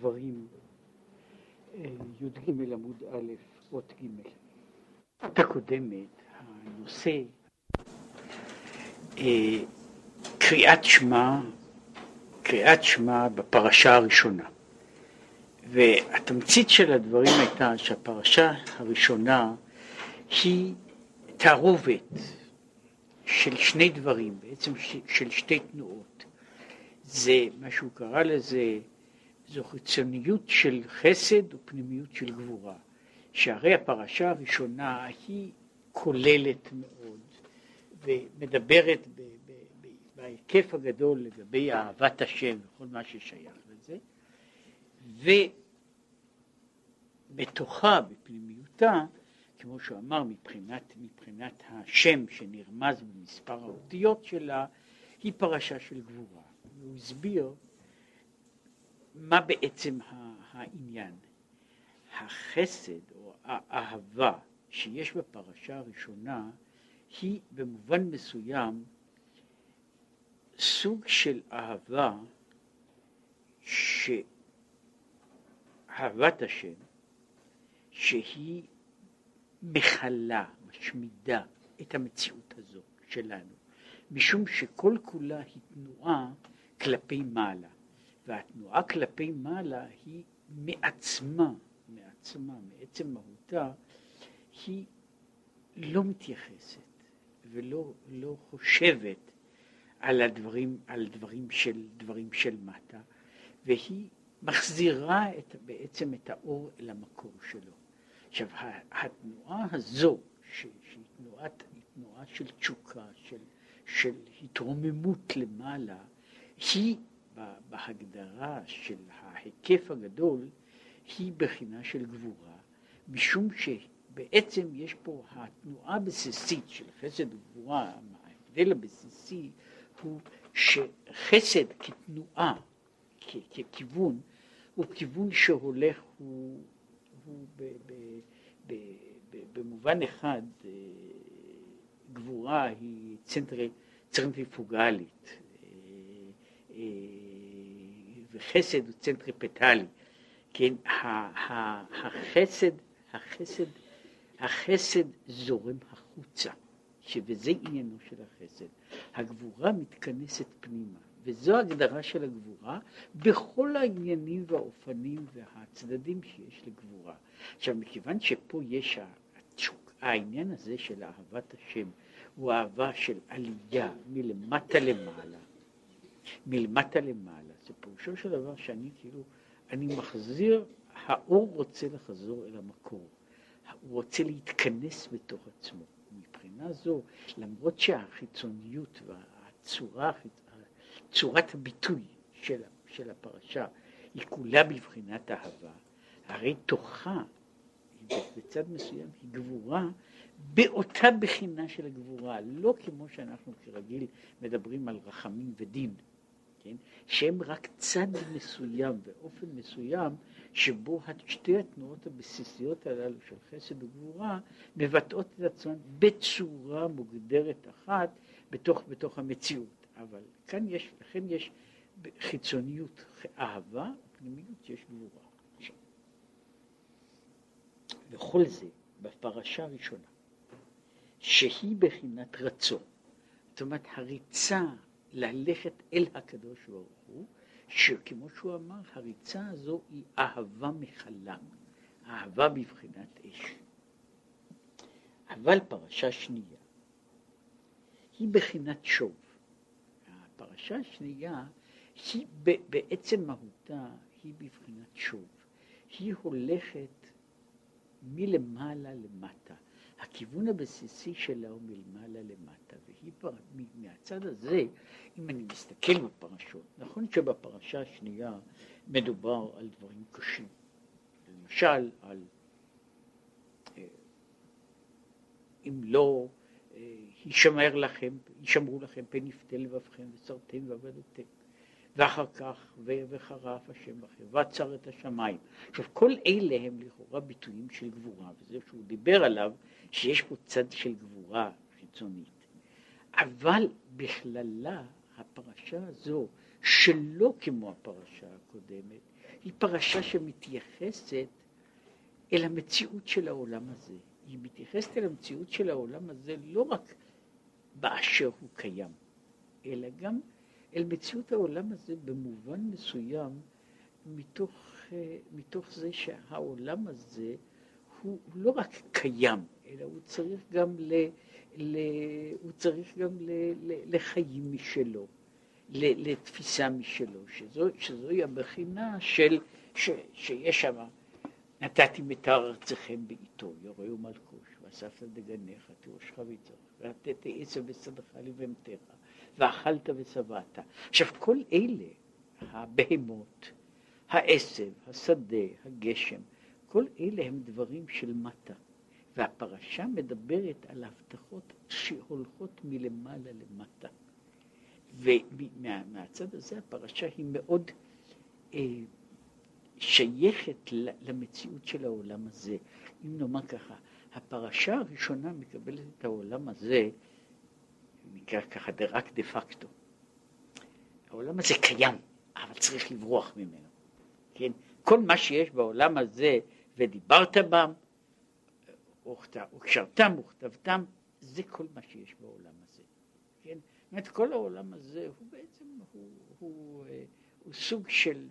דברים, י"ג עמוד א', אות ג'. הקודמת, הנושא קריאת שמע בפרשה הראשונה. והתמצית של הדברים הייתה שהפרשה הראשונה היא תערובת של שני דברים, בעצם של שתי תנועות. זה מה שהוא קרא לזה, זו חיצוניות של חסד ופנימיות של גבורה. שהרי הפרשה הראשונה היא כוללת מאוד ומדברת בהיקף הגדול לגבי אהבת השם וכל מה ששייך לזה, ובתוכה, בפנימיותה, כמו שהוא אמר, מבחינת השם שנרמז במספר האותיות שלה, היא פרשה של גבורה. הוא הסביר מה בעצם העניין. החסד או האהבה שיש בפרשה הראשונה היא במובן מסוים סוג של אהבה אהבת השם שהיא מחלה, משמידה את המציאות הזו שלנו, משום שכל כולה היא תנועה כלפי מעלה, והתנועה כלפי מעלה היא מעצמה, מעצם מהותה, היא לא מתייחסת ולא חושבת על דברים של מטה, והיא מחזירה בעצם את האור אל המקור שלו. עכשיו, התנועה הזו, שהיא תנועה של תשוקה, של התרוממות למעלה, היא בהגדרה של ההיקף הגדול, היא בחינה של גבורה, משום שבעצם יש פה התנועה הבסיסית של חסד וגבורה. ההבדל הבסיסי הוא שחסד כתנועה, ככיוון, הוא כיוון שהולך, הוא במובן אחד, גבורה היא צנטריפוגלית, וחסד הוא צנטריפטלי. כן, החסד זורם החוצה, שבזה עניינו של החסד. הגבורה מתכנסת פנימה, וזו הגדרה של הגבורה בכל העניינים והאופנים והצדדים שיש לגבורה. עכשיו, מכיוון שפה יש העניין הזה של אהבת השם, הוא אהבה של עלייה מלמטה למעלה. זה פירושו של דבר שאני אני מחזיר, האור רוצה לחזור אל המקור, הוא רוצה להתכנס בתוך עצמו. מבחינה זו, למרות שהחיצוניות צורת הביטוי של הפרשה היא כולה בבחינת אהבה, הרי תוכה, בצד מסוים, היא גבורה באותה בחינה של הגבורה, לא כמו שאנחנו כרגיל מדברים על רחמים ודין, כן? שהם רק צד מסוים ואופן מסוים שבו שתי התנועות הבסיסיות הללו של חסד וגבורה מבטאות את עצמן בצורה מוגדרת אחת בתוך המציאות. אבל לכן יש חיצוניות אהבה, פנימיות יש גבורה. וכל זה בפרשה הראשונה, שהיא בחינת רצון, זאת אומרת הריצה ללכת אל הקדוש ברוך הוא, שכמו שהוא אמר, הריצה הזו היא אהבה מחלה, אהבה בבחינת אש. אבל פרשה שנייה היא בחינת שוב. הפרשה השנייה היא בעצם מהותה היא בבחינת שוב. היא הולכת מלמעלה למטה. הכיוון הבסיסי שלה הוא מלמעלה למטה, והיא מהצד הזה, אם אני מסתכל בפרשות, נכון שבפרשה השנייה מדובר על דברים קשים. למשל, אם לא יישמרו לכם פן יפתה לבבכם וסרתם ועבדתם, ואחר כך וחרף השם בכם ועצר את השמיים. עכשיו, כל אלה הם לכאורה ביטויים של גבורה, וזה שהוא דיבר עליו שיש פה צד של גבורה חיצונית. אבל בכללה הפרשה הזו, שלא כמו הפרשה הקודמת, היא פרשה שמתייחסת אל המציאות של העולם הזה. היא מתייחסת אל המציאות של העולם הזה לא רק באשר הוא קיים, אלא גם אל מציאות העולם הזה במובן מסוים, מתוך זה שהעולם הזה הוא לא רק קיים, אלא הוא צריך גם לחיים משלו, לתפיסה משלו, שזוהי הבחינה שיש שם, נתתי מתאר ארצכם בעיתו, יורה ומלכוש, ואספת דגניך, תירושך ויצרך, ונתת עשב ושדך לבהמתך, ואכלת ושבעת. עכשיו כל אלה, הבהמות, העשב, השדה, הגשם, כל אלה הם דברים של מטה, והפרשה מדברת על הבטחות שהולכות מלמעלה למטה. ומהצד הזה הפרשה היא מאוד שייכת למציאות של העולם הזה. אם נאמר ככה, הפרשה הראשונה מקבלת את העולם הזה, נקרא ככה רק דה פקטו. העולם הזה קיים, אבל צריך לברוח ממנו. כן? כל מה שיש בעולם הזה, ודיברת בם, וקשרתם וכתבתם, זה כל מה שיש בעולם הזה. כן? זאת אומרת, כל העולם הזה הוא בעצם, הוא סוג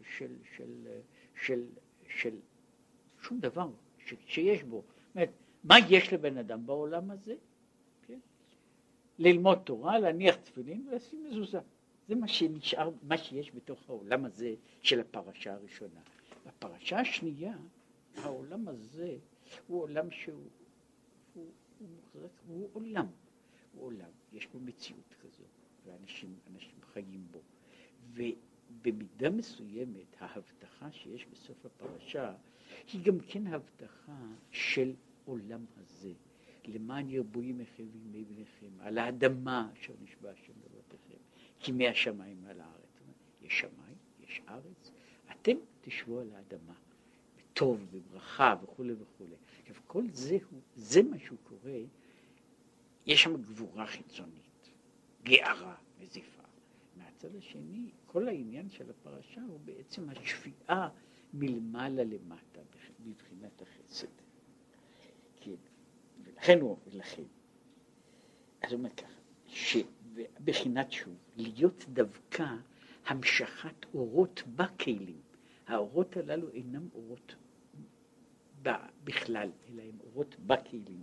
של שום דבר שיש בו. זאת אומרת, מה יש לבן אדם בעולם הזה? כן? ללמוד תורה, להניח תפילין ולשים מזוזה. זה מה שנשאר, מה שיש בתוך העולם הזה של הפרשה הראשונה. בפרשה השנייה, העולם הזה הוא עולם שהוא מוחזק, הוא עולם. הוא עולם, יש בו מציאות כזו, ואנשים חיים בו. ובמידה מסוימת, ההבטחה שיש בסוף הפרשה, היא גם כן הבטחה של עולם הזה. למען ירבו ימיכם וימי בניכם, על האדמה אשר נשבע השם לבתיכם, כי מהשמיים על הארץ. יש שמיים, יש ארץ, אתם תשבו על האדמה, בטוב, בברכה וכו' וכו'. עכשיו, כל זה מה שהוא קורא, יש שם גבורה חיצונית, גערה, נזיפה. מהצד השני, כל העניין של הפרשה הוא בעצם השפיעה מלמעלה למטה, בבחינת החסד. כן, ולכן. אז הוא אומר ככה, שבבחינת שוב, להיות דווקא המשכת אורות בכלים. האורות הללו אינם אורות בכלל, אלא הם אורות בכלים.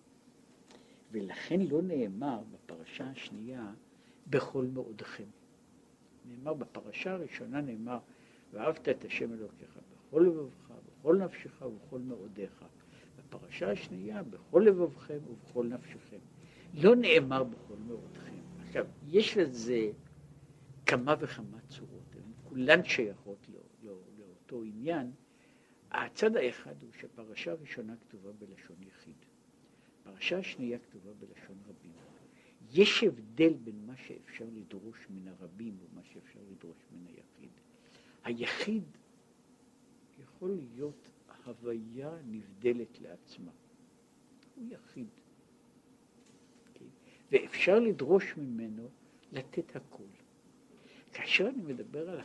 ולכן לא נאמר בפרשה השנייה בכל מאודכם. נאמר בפרשה הראשונה נאמר ואהבת את השם אלוקיך בכל לבבך, בכל נפשך ובכל מאודיך. בפרשה השנייה בכל לבבכם ובכל נפשכם. לא נאמר בכל מאודכם. עכשיו, יש לזה כמה וכמה צורות, הן כולן שייכות לאותו עניין. הצד האחד הוא שהפרשה הראשונה כתובה בלשון יחיד. הפרשה השנייה כתובה בלשון רבים. יש הבדל בין מה שאפשר לדרוש מן הרבים ומה שאפשר לדרוש מן היחיד. היחיד יכול להיות הוויה נבדלת לעצמה. הוא יחיד. Okay. ואפשר לדרוש ממנו לתת הכל. כאשר אני מדבר על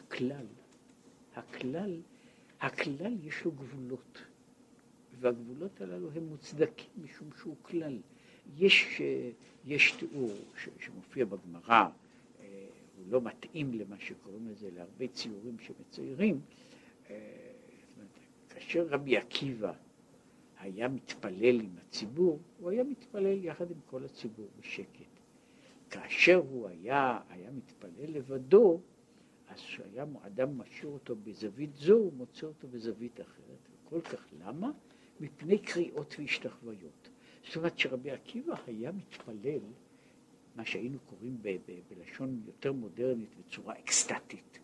הכלל יש לו גבולות. והגבולות הללו הם מוצדקים משום שהוא כלל. יש תיאור שמופיע בגמרא, הוא לא מתאים למה שקוראים לזה, להרבה ציורים שמציירים. כאשר רבי עקיבא היה מתפלל עם הציבור, הוא היה מתפלל יחד עם כל הציבור בשקט. כאשר הוא היה מתפלל לבדו, אז שהיה אדם משאיר אותו בזווית זו, הוא מוצא אותו בזווית אחרת. וכל כך למה? מפני קריאות והשתחוויות. זאת אומרת שרבי עקיבא היה מתפלל, מה שהיינו קוראים בלשון יותר מודרנית, בצורה אקסטטית.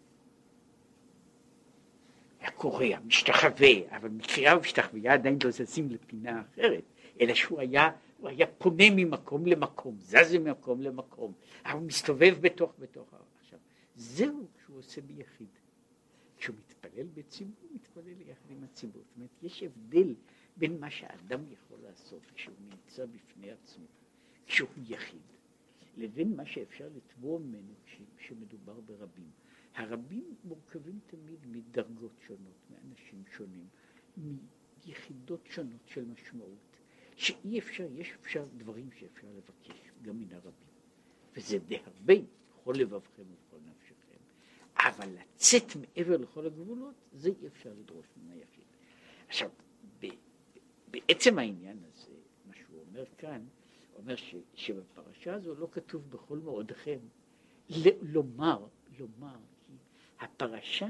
היה קורא, משתחווה, אבל מקריאה והשתחוויה עדיין לא זזים לפינה אחרת, אלא שהוא היה פונה ממקום למקום, זז ממקום למקום, אבל הוא מסתובב בתוך. עכשיו, זהו שהוא עושה ביחיד. כשהוא מתפלל בציבור, הוא מתפלל יחד עם הציבור. זאת אומרת, יש הבדל בין מה שהאדם יכול לעשות כשהוא נמצא בפני עצמו, כשהוא יחיד, לבין מה שאפשר לתבוע ממנו כשמדובר ברבים. הרבים מורכבים תמיד מדרגות שונות, מאנשים שונים, מיחידות שונות של משמעות, שאי אפשר, יש אפשר דברים שאפשר לבקש גם מן הרבים, וזה די הרבה, בכל לבבכם ובכל נפשכם, אבל לצאת מעבר לכל הגבולות, זה אי אפשר לדרוש מן היחיד. עכשיו, בעצם העניין הזה, מה שהוא אומר כאן, הוא אומר שבפרשה הזו לא כתוב בכל מאודכם, לומר כי הפרשה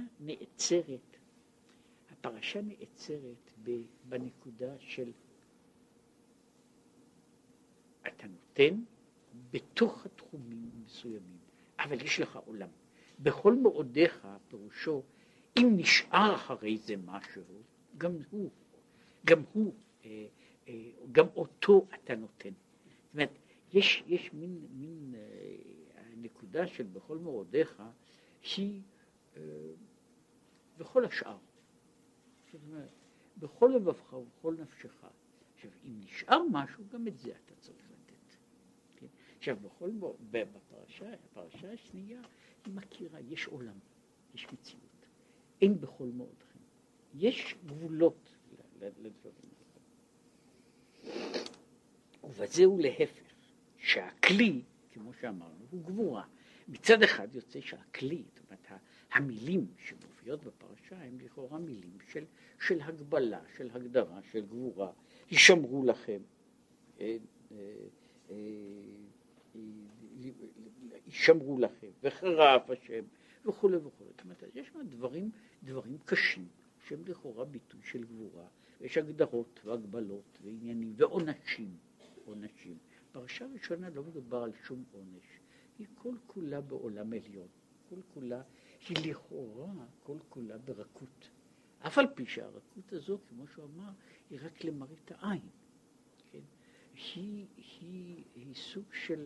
נעצרת בנקודה של אתה נותן בתוך התחומים מסוימים, אבל יש לך עולם. בכל מאודיך פירושו, אם נשאר אחרי זה משהו, גם אותו אתה נותן. זאת אומרת, יש מין הנקודה של בכל מאודיך היא בכל השאר. זאת אומרת, בכל לבבך ובכל נפשך. עכשיו, אם נשאר משהו, גם את זה אתה צריך לתת. כן? עכשיו, בפרשה השנייה היא מכירה, יש עולם, יש מציאות. אין בכל מאודכם. יש גבולות לדברים. ובזהו להפך, שהכלי, כמו שאמרנו, הוא גבורה. מצד אחד יוצא שהכלי, זאת אומרת, המילים שמופיעות בפרשה הם לכאורה מילים של הגבלה, של הגדרה, של גבורה. ישמרו לכם, ישמרו לכם, וחרף השם, וכו' וכו'. זאת אומרת, יש דברים קשים, שהם לכאורה ביטוי של גבורה, ויש הגדרות והגבלות ועניינים ועונשים. פרשה ראשונה לא מדובר על שום עונש, היא כל כולה בעולם עליון, כל כולה היא לכאורה כל כולה ברכות. אף על פי שהרכות הזו, כמו שהוא אמר, היא רק למראית העין. כן? היא סוג של,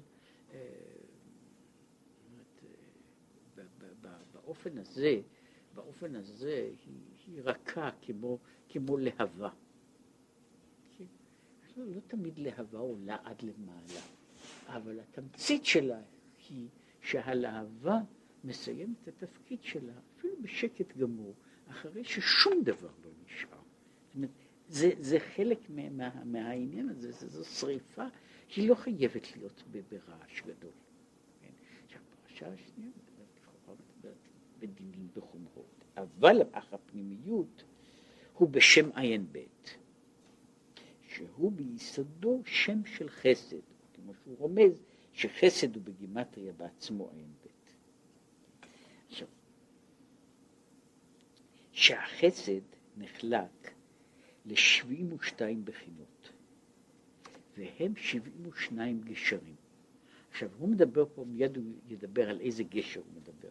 באופן הזה היא רכה כמו להבה. כן? לא תמיד להבה עולה עד למעלה, אבל התמצית שלה היא שהלהבה מסיימת את התפקיד שלה, אפילו בשקט גמור, אחרי ששום דבר לא נשאר. זאת אומרת, זה חלק מהעניין הזה, זו שריפה, היא לא חייבת להיות ברעש גדול. כן? עכשיו, הפרשה השנייה מדברת בדינים בחומרות, אבל הפנימיות הוא בשם עין בית, שהוא ביסודו שם של חסד, כמו שהוא רומז שחסד הוא בגימטריה בעצמו עין בית. עכשיו, שהחסד נחלק ל72 בחינות, והם 72 גשרים. עכשיו, הוא מדבר פה, מיד הוא ידבר על איזה גשר הוא מדבר.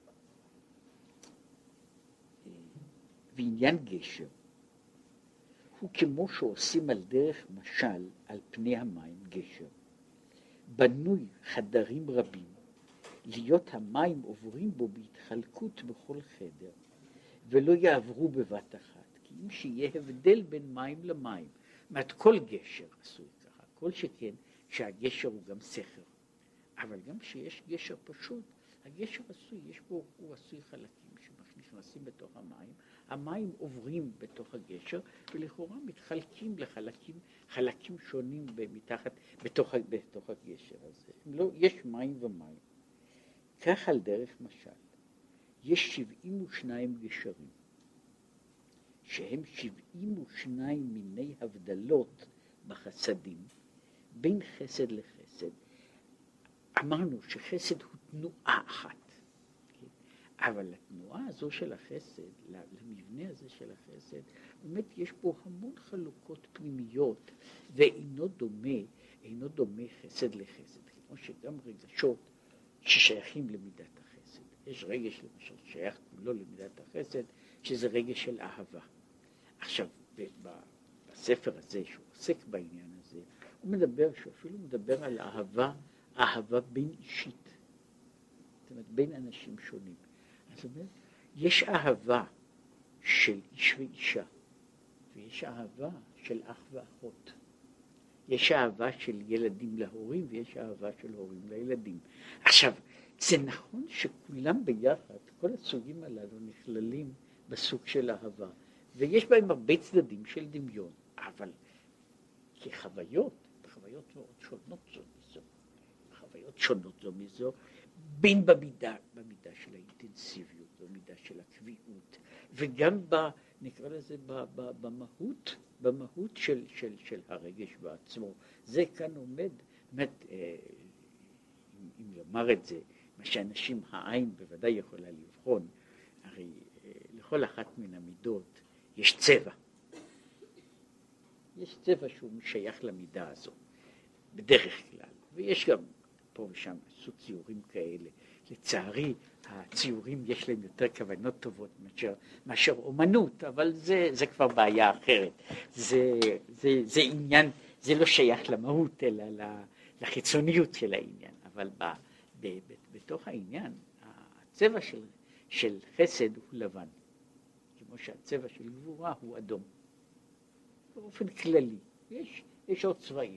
ועניין גשר הוא כמו שעושים על דרך משל על פני המים גשר. בנוי חדרים רבים, להיות המים עוברים בו בהתחלקות בכל חדר, ולא יעברו בבת אחת, כי אם שיהיה הבדל בין מים למים, זאת כל גשר עשוי ככה, כל שכן שהגשר הוא גם סכר, אבל גם כשיש גשר פשוט, הגשר עשוי, הוא עשוי חלקים שנכנסים בתוך המים, המים עוברים בתוך הגשר, ולכאורה מתחלקים חלקים שונים בתוך הגשר הזה. לא, יש מים ומים. כך על דרך משל, יש 72 גשרים, שהם 72 מיני הבדלות בחסדים, בין חסד לחסד. אמרנו שחסד הוא תנועה אחת, כן? אבל התנועה הזו של החסד, למבנה הזה של החסד, באמת יש בו המון חלוקות פנימיות, ואינו דומה חסד לחסד, כמו שגם רגשות ששייכים למידת החסד. יש רגש למשל שייך כולו למידת החסד, שזה רגש של אהבה. עכשיו, בספר הזה שהוא עוסק בעניין הזה, הוא אפילו מדבר על אהבה בין אישית, זאת אומרת בין אנשים שונים. זאת אומרת, יש אהבה של איש ואישה, ויש אהבה של אח ואחות. יש אהבה של ילדים להורים, ויש אהבה של הורים לילדים. עכשיו, זה נכון שכולם ביחד, כל הסוגים הללו נכללים בסוג של אהבה, ויש בהם הרבה צדדים של דמיון, אבל כחוויות, חוויות מאוד שונות זו מזו, חוויות שונות זו מזו, בין במידה של האינטנסיביות, במידה של הקביעות, וגם נקרא לזה במהות של הרגש בעצמו. זה כאן עומד, באמת, אם לומר את זה, מה שאנשים, העין בוודאי יכולה לבחון, הרי לכל אחת מן המידות יש צבע. יש צבע שהוא שייך למידה הזו, בדרך כלל, ויש גם פה ושם עשו ציורים כאלה. לצערי, הציורים יש להם יותר כוונות טובות מאשר אומנות, אבל זה כבר בעיה אחרת. זה עניין, זה לא שייך למהות, אלא לחיצוניות של העניין. אבל בתוך העניין, הצבע של חסד הוא לבן, כמו שהצבע של גבורה הוא אדום. באופן כללי, יש עוד צבעים.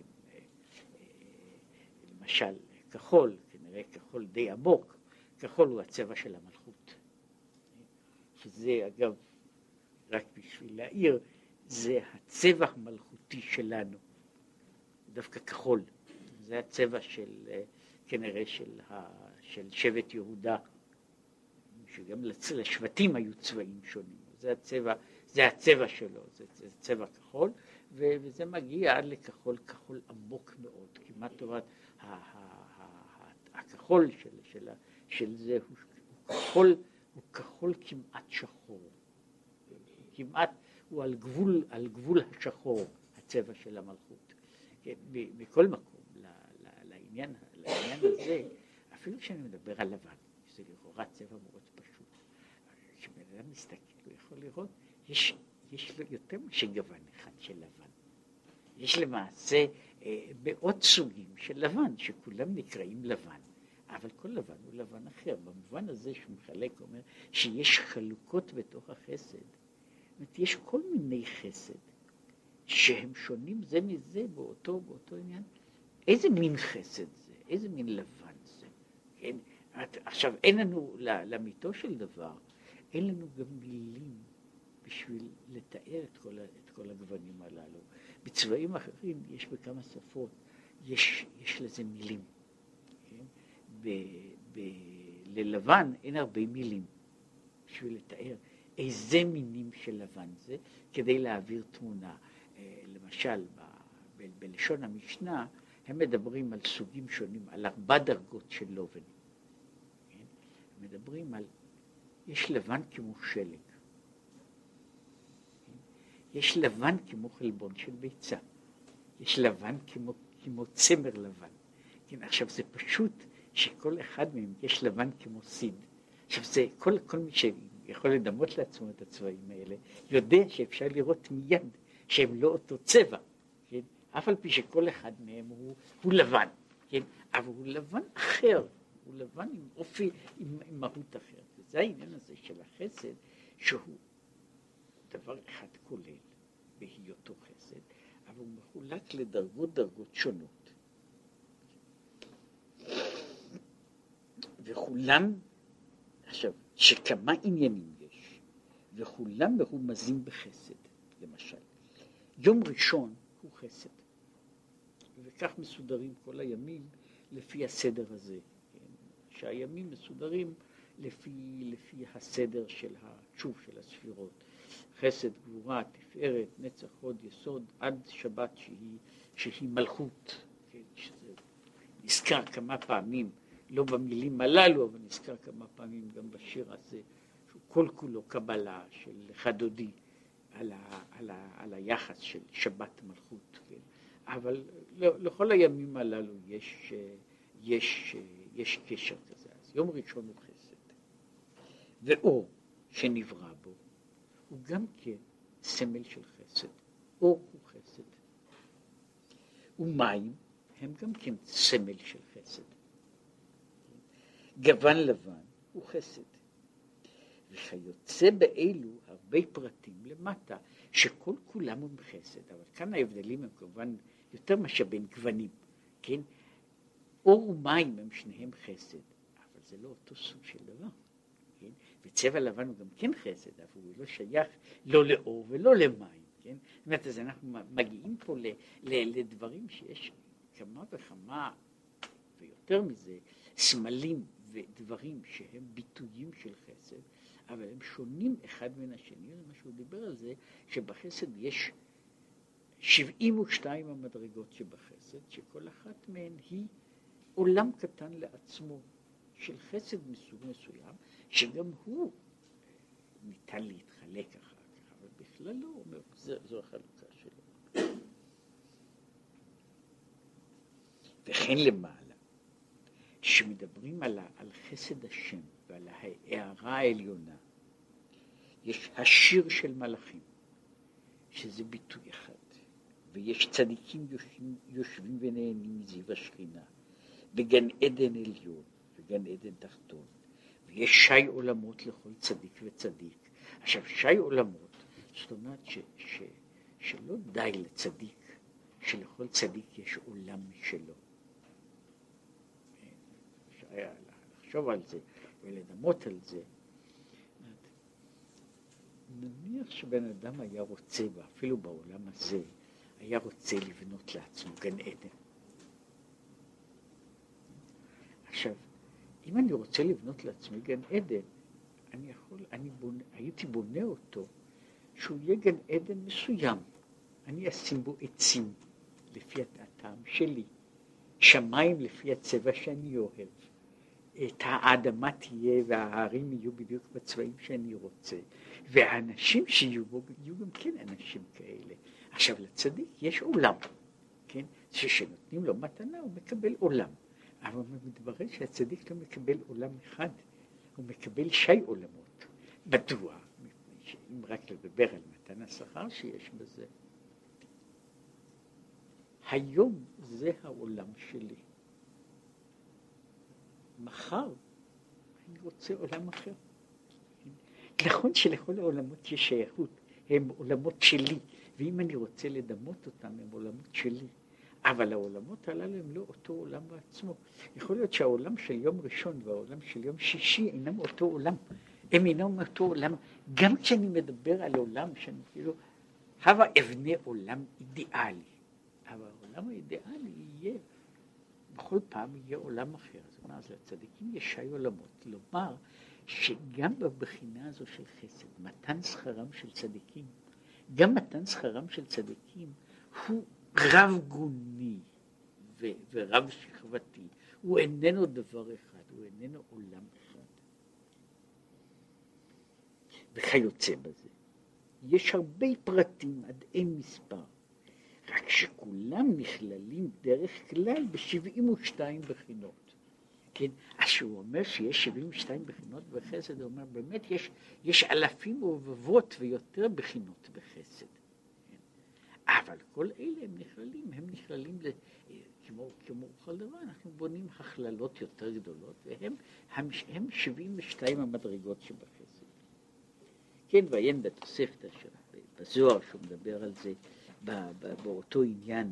למשל, כחול, כנראה כחול די עמוק, כחול הוא הצבע של המלכות. שזה אגב, רק בשביל להעיר, זה הצבע המלכותי שלנו, דווקא כחול. זה הצבע כנראה של שבט יהודה, שגם לשבטים היו צבעים שונים. זה הצבע שלו, זה צבע כחול, וזה מגיע עד לכחול, כחול עמוק מאוד, כמעט טובת הכחול של זה הוא כחול כמעט שחור, כמעט הוא על גבול השחור, הצבע של המלכות. מכל מקום, לעניין הזה, אפילו כשאני מדבר על לבן, זה לכאורה צבע מאוד פשוט, כשבן אדם מסתכל, הוא יכול לראות, יש לו יותר משגוון אחד של לבן. יש למעשה מאות סוגים של לבן, שכולם נקראים לבן, אבל כל לבן הוא לבן אחר. במובן הזה שהוא מחלק, אומר שיש חלוקות בתוך החסד. זאת אומרת, יש כל מיני חסד שהם שונים זה מזה באותו עניין. איזה מין חסד זה? איזה מין לבן זה? כן? עכשיו, אין לנו, לאמיתו של דבר, אין לנו גם מילים בשביל לתאר את כל הגוונים הללו. בצבעים אחרים יש בכמה שפות, יש לזה מילים. כן? ללבן אין הרבה מילים בשביל לתאר איזה מינים של לבן זה, כדי להעביר תמונה. למשל, בלשון המשנה, הם מדברים על סוגים שונים, על 4 דרגות של לובן. כן? הם מדברים על, יש לבן כמו שלג. יש לבן כמו חלבון של ביצה, יש לבן כמו צמר לבן. כן, עכשיו זה פשוט שכל אחד מהם יש לבן כמו סיד. עכשיו זה כל מי שיכול לדמות לעצמו את הצבעים האלה, יודע שאפשר לראות מיד שהם לא אותו צבע, כן? אף על פי שכל אחד מהם הוא לבן, כן? אבל הוא לבן אחר, הוא לבן עם אופי, עם מהות אחרת. וזה העניין הזה של החסד, שהוא דבר אחד כולל בהיותו חסד, אבל הוא מחולק דרגות שונות. וכולם, עכשיו, שכמה עניינים יש, וכולם מרומזים בחסד. למשל, יום ראשון הוא חסד, וכך מסודרים כל הימים לפי הסדר הזה, כן? שהימים מסודרים לפי הסדר של התשוב של הספירות. חסד, גבורה, תפארת, נצח, הוד, יסוד, עד שבת שהיא מלכות, כן? שזה נזכר כמה פעמים, לא במילים הללו, אבל נזכר כמה פעמים גם בשיר הזה, שהוא כל כולו קבלה של חדודי על היחס של שבת מלכות, כן? אבל לכל הימים הללו יש קשר כזה. אז יום ראשון הוא חסד, ואור שנברא בו הוא גם כן סמל של חסד. אור הוא חסד, ומים הם גם כן סמל של חסד. גוון לבן הוא חסד, וכיוצא באלו הרבה פרטים למטה שכל כולם הם חסד, אבל כאן ההבדלים הם כמובן יותר מאשר בין גוונים, כן? אור ומים הם שניהם חסד, אבל זה לא אותו סוג של דבר. כן? וצבע לבן הוא גם כן חסד, אבל הוא לא שייך לא לאור ולא למים. כן? זאת אומרת, אז אנחנו מגיעים פה לדברים שיש כמה וכמה, ויותר מזה, סמלים ודברים שהם ביטויים של חסד, אבל הם שונים אחד מן השני. מה שהוא דיבר על זה, שבחסד יש 72 המדרגות שבחסד, שכל אחת מהן היא עולם קטן לעצמו, של חסד מסוג מסוים, שגם הוא ניתן להתחלק אחר כך, אבל בכלל לא אומר, זו החלוקה שלו. וכן למעלה, שמדברים על חסד השם ועל ההערה העליונה, יש השיר של מלאכים, שזה ביטוי אחד, ויש צדיקים יושבים ונהנים מזיו השכינה, וגן עדן עליון וגן עדן תחתון, ויש שי עולמות לכל צדיק וצדיק. עכשיו, שי עולמות, זאת אומרת שלא די לצדיק, שלכל צדיק יש עולם משלו. אפשר היה לחשוב על זה ולדמות על זה. נניח שבן אדם היה רוצה, ואפילו בעולם הזה, היה רוצה לבנות לעצמו גן עדן. עכשיו, אם אני רוצה לבנות לעצמי גן עדן, הייתי בונה אותו, שהוא יהיה גן עדן מסוים. אני אשים בו עצים לפי הטעם שלי, שמיים לפי הצבע שאני אוהב, את האדמה תהיה וההרים יהיו בדיוק בצבעים שאני רוצה, והאנשים שיהיו בו יהיו גם כן אנשים כאלה. עכשיו, לצדיק יש עולם, כן? שכשנותנים לו מתנה הוא מקבל עולם. אבל מתברר שהצדיק לא מקבל עולם אחד, הוא מקבל שי עולמות. מדוע? מפני שאם רק לדבר על מתן השכר שיש בזה, היום זה העולם שלי. מחר אני רוצה עולם אחר. נכון שלכל העולמות יש שייכות, הם עולמות שלי, ואם אני רוצה לדמות אותם הם עולמות שלי. אבל העולמות הללו הם לא אותו עולם בעצמו. יכול להיות שהעולם של יום ראשון והעולם של יום שישי אינם אותו עולם. הם אינם אותו עולם. גם כשאני מדבר על עולם שאני כאילו, הווה אבנה עולם אידיאלי. אבל העולם האידיאלי יהיה, בכל פעם יהיה עולם אחר. זאת אומרת, לצדיקים יש שי עולמות. לומר שגם בבחינה הזו של חסד, מתן שכרם של צדיקים, גם מתן שכרם של צדיקים הוא רב גוני ורב שכבתי, הוא איננו דבר אחד, הוא איננו עולם אחד. וכיוצא בזה, יש הרבה פרטים עד אין מספר, רק שכולם נכללים דרך כלל ב-72 בחינות. כן, אז שהוא אומר שיש 72 בחינות בחסד, הוא אומר באמת יש אלפים ורבבות ויותר בחינות בחסד. אבל כל אלה הם נכללים כמו כל דבר, אנחנו בונים הכללות יותר גדולות, והם 72 המדרגות שבחסד. כן, ועיין בתוספתא בזוהר שהוא מדבר על זה, באותו עניין,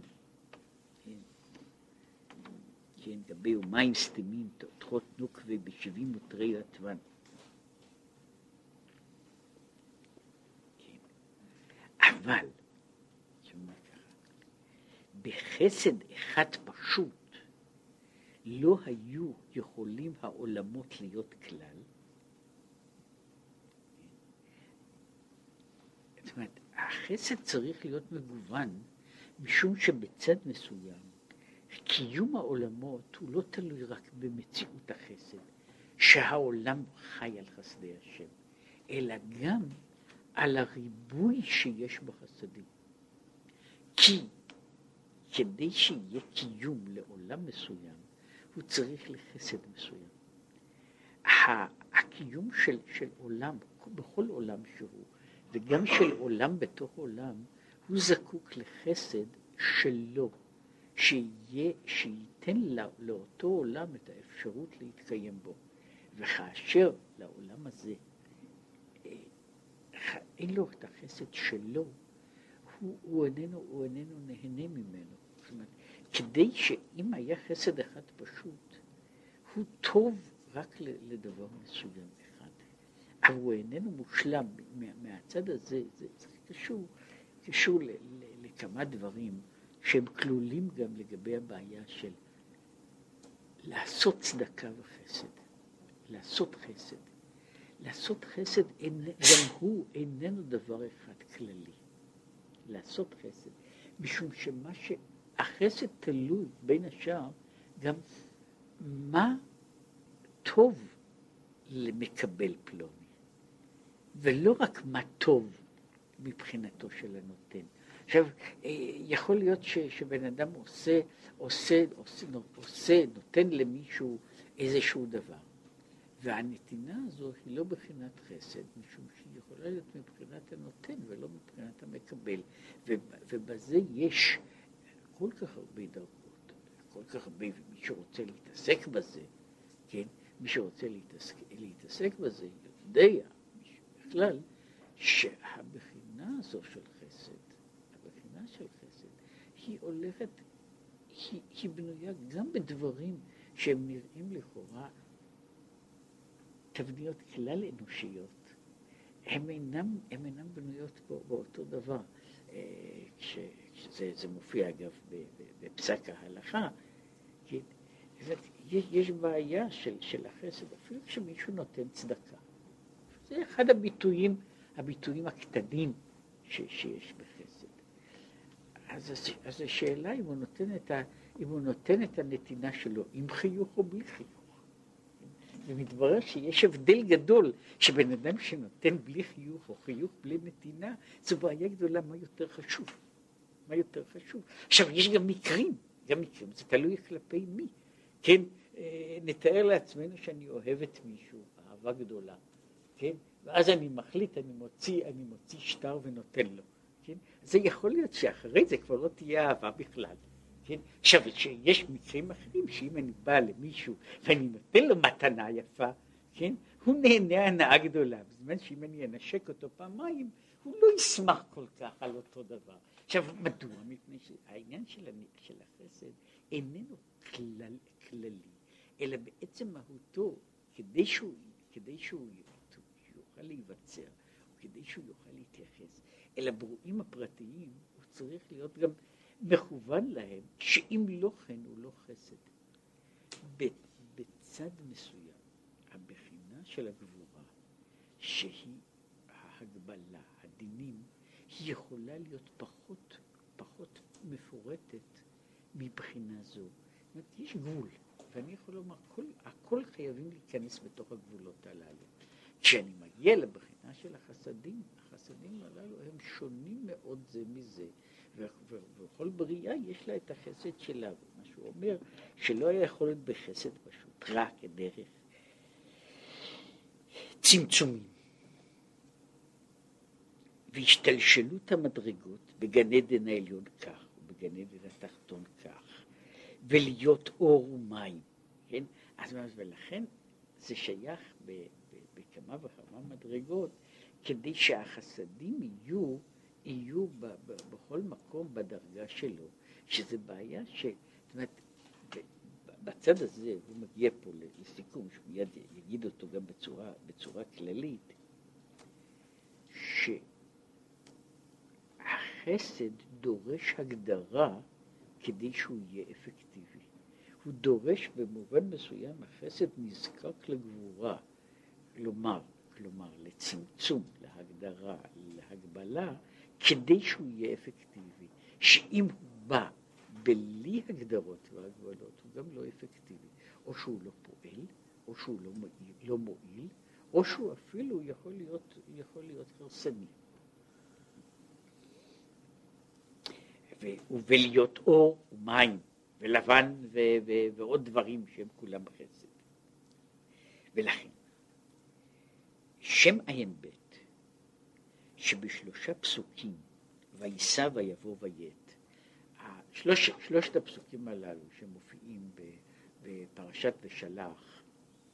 כן, גבי ומים סתמים, תותחות נוקבה ב70 מותרי רטבן. כן. אבל, בחסד אחד פשוט לא היו יכולים העולמות להיות כלל. זאת אומרת, החסד צריך להיות מגוון, משום שבצד מסוים, קיום העולמות הוא לא תלוי רק במציאות החסד, שהעולם חי על חסדי השם, אלא גם על הריבוי שיש בחסדים. כי כדי שיהיה קיום לעולם מסוים, הוא צריך לחסד מסוים. הקיום של עולם, בכל עולם שהוא, וגם של עולם בתוך עולם, הוא זקוק לחסד שלו, שייתן לאותו עולם את האפשרות להתקיים בו. וכאשר לעולם הזה אין לו את החסד שלו, הוא איננו נהנה ממנו. זאת אומרת, כדי שאם היה חסד אחד פשוט, הוא טוב רק לדבר מסוים אחד. אבל הוא איננו מושלם. מהצד הזה זה קשור לכמה דברים שהם כלולים גם לגבי הבעיה של לעשות צדקה וחסד. לעשות חסד. לעשות חסד גם הוא איננו דבר אחד כללי. לעשות חסד. משום שמה שהחסד תלוי בין השאר גם מה טוב למקבל פלוני. ולא רק מה טוב מבחינתו של הנותן. עכשיו, יכול להיות שבן אדם נותן למישהו איזשהו דבר. והנתינה הזו היא לא בחינת חסד, משום שהיא יכולה להיות מבחינת הנותן ולא מבחינת המקבל. ובזה יש כל כך הרבה דרכות, כל כך הרבה, ומי שרוצה להתעסק בזה, כן? מי שרוצה להתעסק בזה יודע, בכלל, שהבחינה הזו של חסד, הבחינה של חסד, היא הולכת, היא בנויה גם בדברים שהם נראים לכאורה תבניות כלל אנושיות. הם אינם בנויות באותו דבר. זה מופיע אגב בפסק ההלכה, כן? יש בעיה של החסד, אפילו כשמישהו נותן צדקה. זה אחד הביטויים הקטנים שיש בחסד. אז השאלה אם הוא נותן את הנתינה שלו עם חיוך או בלי חיוך. ומתברר שיש הבדל גדול שבן אדם שנותן בלי חיוך או חיוך בלי נתינה, זו בעיה גדולה. מה יותר חשוב? מה יותר חשוב? עכשיו, יש גם מקרים, זה תלוי כלפי מי. כן, נתאר לעצמנו שאני אוהב את מישהו, אהבה גדולה, כן? ואז אני מחליט, אני מוציא שטר ונותן לו, כן? זה יכול להיות שאחרי זה כבר לא תהיה אהבה בכלל. כן? עכשיו, שיש מקרים אחרים שאם אני בא למישהו ואני נותן לו מתנה יפה, כן? הוא נהנה הנאה גדולה, בזמן שאם אני אנשק אותו פעמיים, הוא לא ישמח כל כך על אותו דבר. עכשיו, מדוע? מפני שהעניין של החסד איננו כללי, אלא בעצם מהותו, כדי שהוא יוכל להיווצר, כדי שהוא יוכל להתייחס אל הברואים הפרטיים, הוא צריך להיות גם מכוון להם, שאם לא כן הוא לא חסד. בצד מסוים, הבחינה של הגבורה, שהיא ההגבלה, הדינים, היא יכולה להיות פחות מפורטת מבחינה זו. זאת אומרת, יש גבול, ואני יכול לומר, הכל חייבים להיכנס בתוך הגבולות הללו. כשאני מגיע לבחינה של החסדים הללו הם שונים מאוד זה מזה, וכל בריאה יש לה את החסד שלה, ומה שהוא אומר שלא היה יכול להיות בחסד פשוט, רק כדרך צמצומים. והשתלשלות המדרגות בגן עדן העליון כך, ובגן עדן התחתון כך, ולהיות אור ומים, כן? אז ולכן זה שייך בכמה וכמה מדרגות, כדי שהחסדים יהיו בכל מקום בדרגה שלו, שזה בעיה זאת אומרת, בצד הזה, הוא מגיע פה לסיכום, שמיד יגיד אותו גם בצורה כללית, שהחסד דורש הגדרה כדי שהוא יהיה אפקטיבי. הוא דורש במובן מסוים, החסד נזקק לגבורה, כלומר לצמצום, להגדרה, להגבלה, כדי שהוא יהיה אפקטיבי. שאם הוא בא בלי הגדרות והגבלות, הוא גם לא אפקטיבי. או שהוא לא פועל, או שהוא לא מועיל, או שהוא אפילו יכול להיות הרסני. ולהיות אור ומים ולבן ועוד דברים שהם כולם בחסד. ולכן, שם עין ב' שבשלושה פסוקים, ויסע ויבוא ויט, שלושת הפסוקים הללו שמופיעים בפרשת ושלח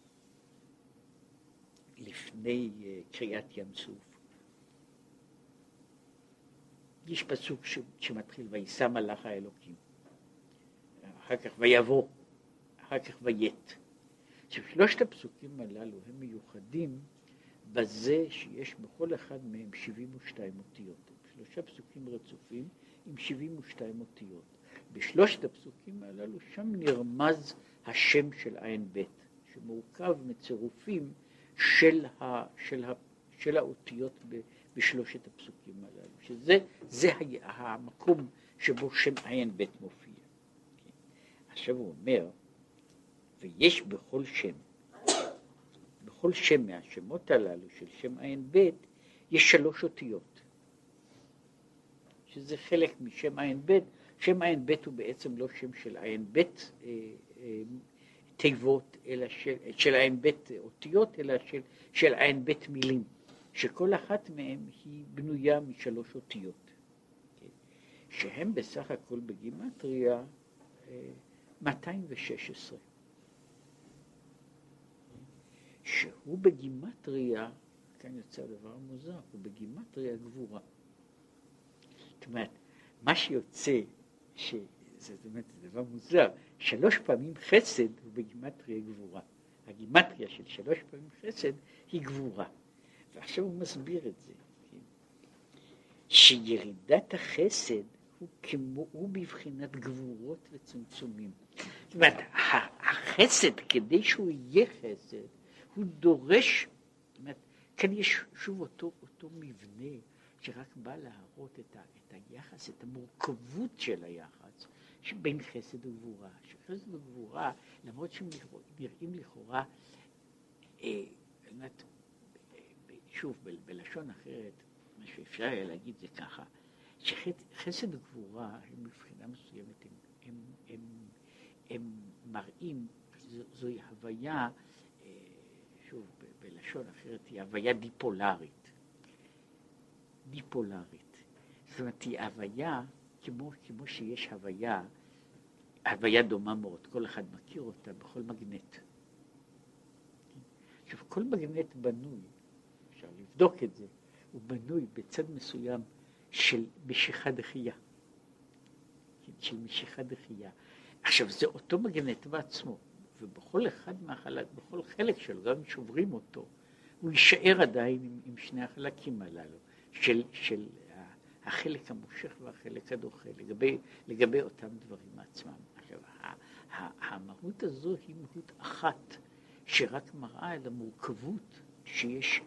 לפני קריאת ים סוף, יש פסוק שמתחיל ויסע מלאך האלוקים, אחר כך ויבוא, אחר כך ויט. שלושת הפסוקים הללו הם מיוחדים בזה שיש בכל אחד מהם 72 אותיות. שלושה פסוקים רצופים עם 72 אותיות. בשלושת הפסוקים הללו שם נרמז השם של עין בית, שמורכב מצירופים של האותיות בשלושת הפסוקים הללו, שזה המקום שבו שם עין בית מופיע. עכשיו הוא אומר, ויש בכל שם מהשמות הללו של שם עין בית, יש 3 אותיות, שזה חלק משם עין בית. שם עין בית הוא בעצם לא שם של עין בית תיבות, אלא של עין בית אותיות, אלא של עין בית מילים, שכל אחת מהן היא בנויה מ3 אותיות, שהם בסך הכל בגימטריה 216, שהוא בגימטריה, כאן יוצא דבר מוזר, הוא בגימטריה גבורה. זאת אומרת, מה שיוצא, זה דבר מוזר, 3 פעמים חסד הוא בגימטריה גבורה. הגימטריה של 3 פעמים חסד היא גבורה. ועכשיו הוא מסביר את זה, שירידת החסד הוא בבחינת גבורות וצמצומים. זאת אומרת, החסד, כדי שהוא יהיה חסד, הוא דורש, זאת אומרת, כאן יש שוב אותו מבנה שרק בא להראות את היחס, את המורכבות של היחס שבין חסד וגבורה. שחסד וגבורה, למרות שהם נראים לכאורה, שוב, בלשון אחרת, מה שאפשר היה להגיד זה ככה, שחסד וגבורה הם מבחינה מסוימת, הם מראים, זוהי הוויה, שוב, בלשון אחרת, היא הוויה דיפולרית. זאת אומרת, היא הוויה, כמו שיש הוויה דומה מאוד, כל אחד מכיר אותה בכל מגנט. עכשיו, כל מגנט בנוי, אפשר לבדוק את זה, הוא בנוי בצד מסוים של משיכה דחייה. עכשיו, זה אותו מגנט בעצמו, ובכל אחד מהחלק, בכל חלק שלו, גם אם שוברים אותו, הוא יישאר עדיין עם שני החלקים הללו, של החלק המושך והחלק הדוחה, לגבי אותם דברים עצמם. עכשיו, המהות הזו היא מהות אחת, שרק מראה על המורכבות שיש,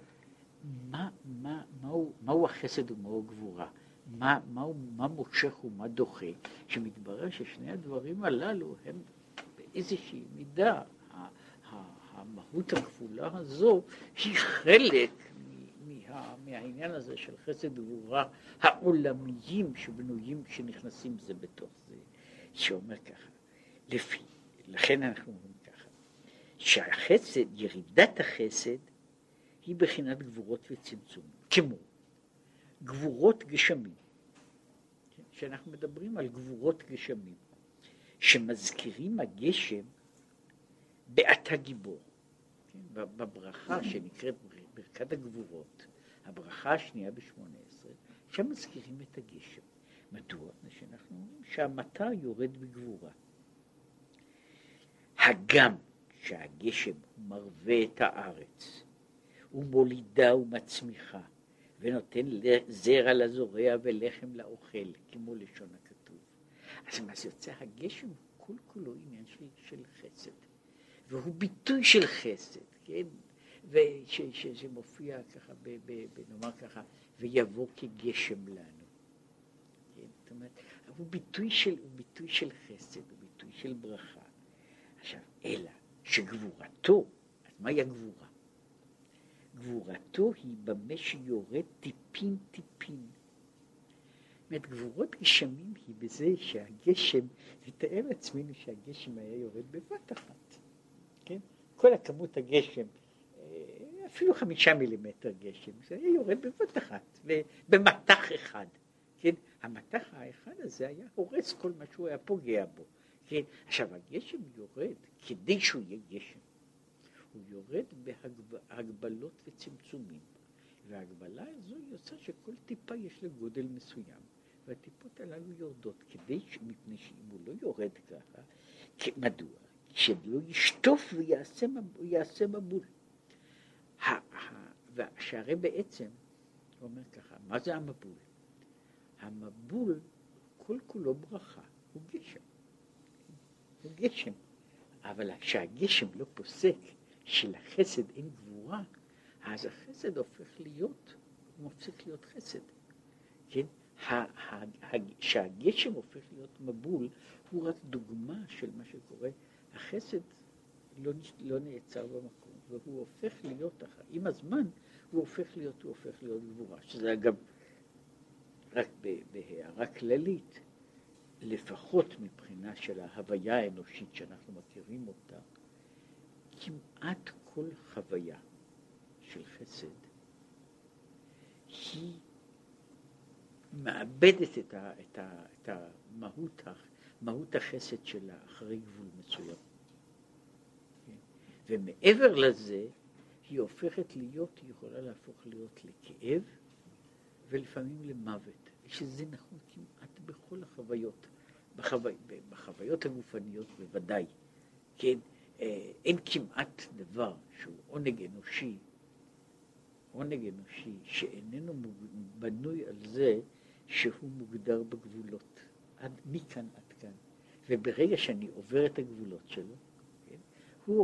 מהו החסד ומהו גבורה, מה מושך ומה דוחה, שמתברר ששני הדברים הללו הם באיזושהי מידה, המהות הכפולה הזו היא חלק מהעניין הזה של חסד וגבורה העולמיים שבנויים, שנכנסים זה בתוך זה, שאומר ככה, לכן אנחנו אומרים ככה, שהחסד, ירידת החסד, היא בחינת גבורות וצמצום, כמו גבורות גשמים, שאנחנו מדברים על גבורות גשמים, שמזכירים הגשם בעתה גיבור, בברכה שנקראת ברכת הגבורות, הברכה השנייה ב18, שם מזכירים את הגשם. מדוע? שאנחנו אומרים שהמטר יורד בגבורה. הגם שהגשם הוא מרווה את הארץ, הוא מולידה ומצמיחה, ונותן זרע לזורע ולחם לאוכל, כמו לשון הכתוב. אז מה שיוצא, הגשם הוא כל כולו עניין של חסד, והוא ביטוי של חסד, כן? שמופיע ככה, נאמר ככה, ויבוא כגשם לנו. כן? זאת אומרת, הוא ביטוי של חסד, הוא ביטוי של ברכה. עכשיו, אלא שגבורתו, אז מהי הגבורה? גבורתו היא במה שיורד טיפין טיפין. זאת אומרת, גבורות גשמים היא בזה שהגשם, נתאר עצמנו שהגשם היה יורד בבת אחת. כן? כל הכמות הגשם, אפילו 5 מילימטר גשם, זה היה יורד בבת אחת, ובמטח אחד. כן? המטח האחד הזה היה הורס כל מה שהוא היה פוגע בו. כן? עכשיו, הגשם יורד כדי שהוא יהיה גשם. הוא יורד בהגבלות וצמצומים. וההגבלה הזו יוצא שכל טיפה יש לה גודל מסוים. והטיפות הללו יורדות, מפני שאם הוא לא יורד ככה, מדוע? שלא ישטוף ויעשה מבול. שהרי בעצם, הוא אומר ככה, מה זה המבול? המבול כל כולו ברכה, הוא גשם. הוא גשם. אבל כשהגשם לא פוסק, שלחסד אין גבורה, אז החסד הופך להיות, הוא מפסיק להיות חסד. כן? שהגשם הופך להיות מבול, הוא רק דוגמה של מה שקורה. החסד לא נעצר במקום, והוא הופך להיות, עם הזמן, הוא הופך להיות גבורה. שזה אגב, רק בהערה כללית, לפחות מבחינה של ההוויה האנושית שאנחנו מכירים אותה, כמעט כל חוויה של חסד היא מאבדת את מהות החסד שלה אחרי גבול מסוים. ומעבר לזה היא הופכת להיות, היא יכולה להפוך להיות לכאב ולפעמים למוות. שזה נכון כמעט בכל החוויות, בחוויות הגופניות בוודאי. כן, אין כמעט דבר שהוא עונג אנושי שאיננו בנוי על זה שהוא מוגדר בגבולות, מכאן עד כאן. וברגע שאני עובר את הגבולות שלו, כן, הוא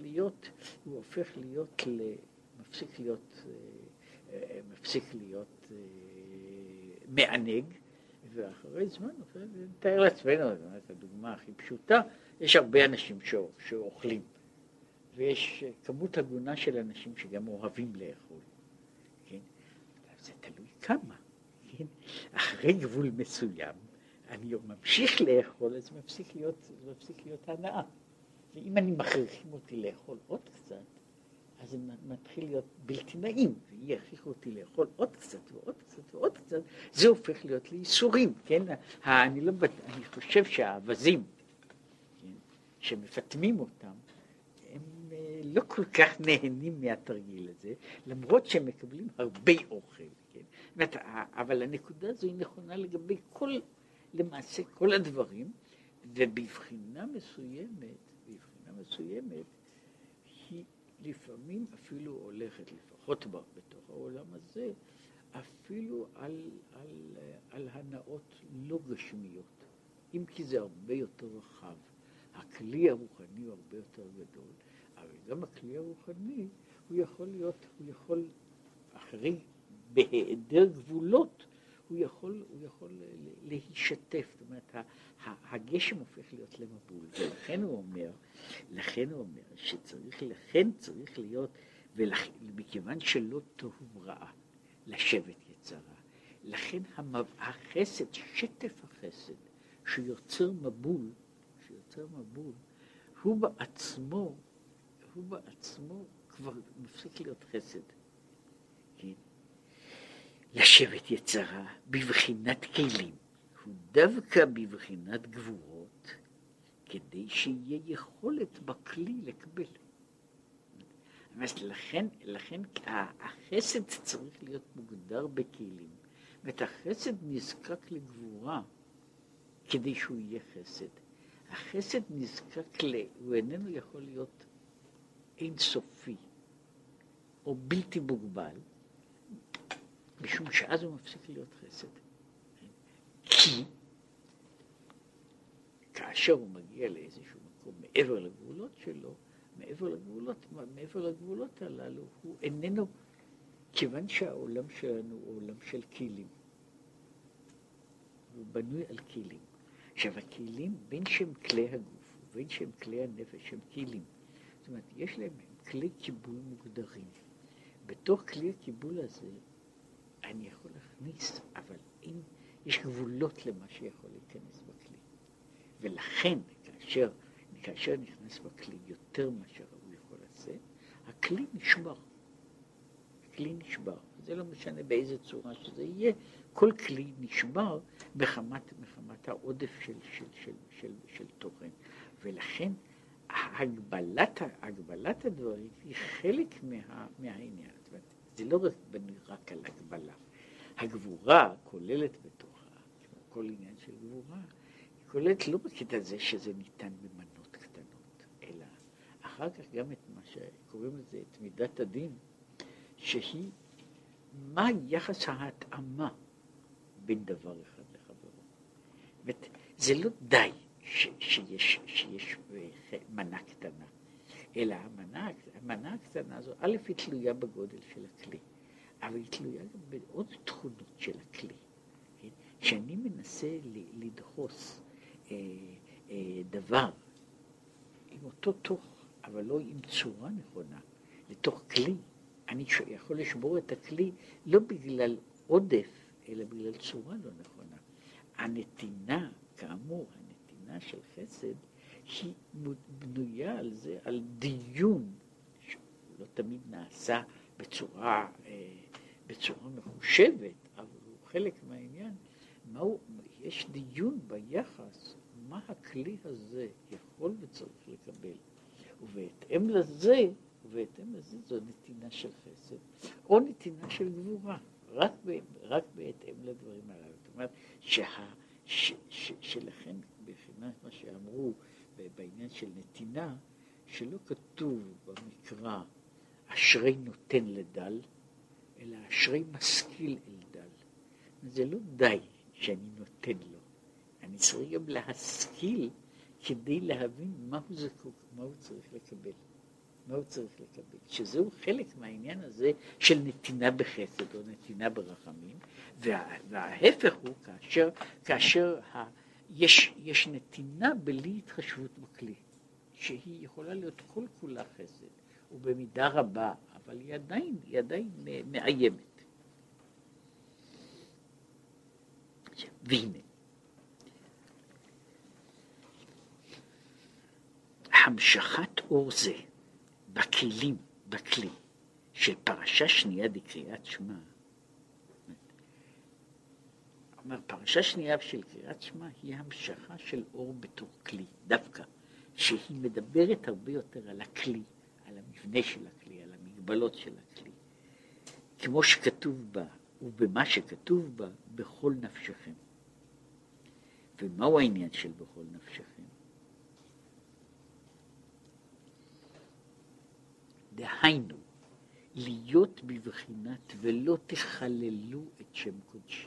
מפסיק להיות מענג, ואחרי זמן, נתאר לעצמנו, את הדוגמה הכי פשוטה, יש הרבה אנשים שאוכלים, ויש כמות הגונה של אנשים שגם אוהבים לאכול, כן? זה תלוי כמה, כן? אחרי גבול מסוים, אני ממשיך לאכול, אז מפסיק להיות הנאה. ואם אני מכריחים אותי לאכול עוד קצת, אז זה מתחיל להיות בלתי נעים, ויכריחו אותי לאכול עוד קצת ועוד קצת ועוד קצת, זה הופך להיות לי ייסורים, כן? אני חושב שהאווזים, כן, שמפתמים אותם, הם לא כל כך נהנים מהתרגיל הזה, למרות שהם מקבלים הרבה אוכל, כן? אבל הנקודה הזו היא נכונה לגבי למעשה כל הדברים, ובבחינה מסוימת, היא לפעמים אפילו הולכת, לפחות בתוך העולם הזה, אפילו על הנאות לא גשמיות, אם כי זה הרבה יותר רחב. הכלי הרוחני הוא הרבה יותר גדול, אבל גם הכלי הרוחני הוא יכול אחרי, בהיעדר גבולות, הוא יכול להישתף. זאת אומרת, הגשם הופך להיות למבול, ולכן הוא אומר שצריך להיות, ומכיוון שלא תוהו רעה לשבת יצרה, לכן החסד, שטף החסד שיוצר מבול, הוא בעצמו כבר מפסיק להיות חסד. כן? לשבת יצרה בבחינת כלים, הוא דווקא בבחינת גבורות, כדי שיהיה יכולת בכלי לקבל. לכן החסד צריך להיות מוגדר בכלים. החסד נזקק לגבורה כדי שהוא יהיה חסד. החסד נזקק הוא איננו יכול להיות אינסופי או בלתי מוגבל, משום שאז הוא מפסיק להיות חסד. כי כאשר הוא מגיע לאיזשהו מקום מעבר לגבולות שלו, מעבר לגבולות הללו, הוא איננו, כיוון שהעולם שלנו הוא עולם של כלים. הוא בנוי על כלים. עכשיו, הכלים, בין שהם כלי הגוף ובין שהם כלי הנפש, הם כלים. זאת אומרת, יש להם כלי קיבול מוגדרים. בתוך כלי הקיבול הזה, אני יכול להכניס, אבל יש גבולות למה שיכול להיכנס בכלי. ולכן, כאשר נכנס בכלי יותר מאשר הוא יכול לעשות, הכלי נשבר. זה לא משנה באיזה צורה שזה יהיה, כל כלי נשבר מחמת העודף של תוכן. ולכן, הגבלת הדברים היא חלק מהעניין. זאת אומרת, זה לא בנוי רק על הגבלה. הגבורה כוללת בתוכה, כל עניין של גבורה, היא כוללת לא רק את זה שזה ניתן במנות קטנות, אחר כך גם את מה שקוראים לזה, את מידת הדין, שהיא מה יחס ההתאמה בין דבר אחד לחברו. זאת, זה לא די שיש מנה קטנה, אלא המנה הקטנה הזו, א', היא תלויה בגודל של הכלי, אבל היא תלויה גם בעוד תכונות של הכלי. כשאני מנסה לדחוס דבר עם אותו תוך, אבל לא עם צורה נכונה, לתוך כלי, אני יכול לשבור את הכלי לא בגלל עודף, אלא בגלל צורה לא נכונה. הנתינה, כאמור, הנתינה של חסד, היא בנויה על זה, על דיון, שלא תמיד נעשה בצורה מחושבת, אבל הוא חלק מהעניין. יש דיון ביחס, מה הכלי הזה יכול וצריך לקבל. ובהתאם לזה זו נתינה של חסד, או נתינה של גבורה, רק בהתאם לדברים הללו. זאת אומרת, שלכן, בחינת מה שאמרו בעניין של נתינה, שלא כתוב במקרא, אשרי נותן לדל, אלא אשרי משכיל אל דל. זה לא די שאני נותן לו, אני צריך גם להשכיל כדי להבין מה הוא זקוק, מה הוא צריך לקבל. שזהו חלק מהעניין הזה של נתינה בחסד או נתינה ברחמים, וההפך הוא כאשר יש נתינה בלי התחשבות בכלי, שהיא יכולה להיות כל כולה חסד, ובמידה רבה, אבל היא עדיין מאיימת. והנה, המשכת אור זה בכלי של פרשה שנייה דקריאת שמע, אומר, פרשה שנייה של קריאת שמע היא המשכה של אור בתור כלי, דווקא, שהיא מדברת הרבה יותר על הכלי, על המבנה של הכלי, על המגבלות של הכלי, כמו שכתוב בה, ובמה שכתוב בה, בכל נפשכם. ומהו העניין של בכל נפשכם? דהיינו, להיות בבחינת ולא תחללו את שם קודשי.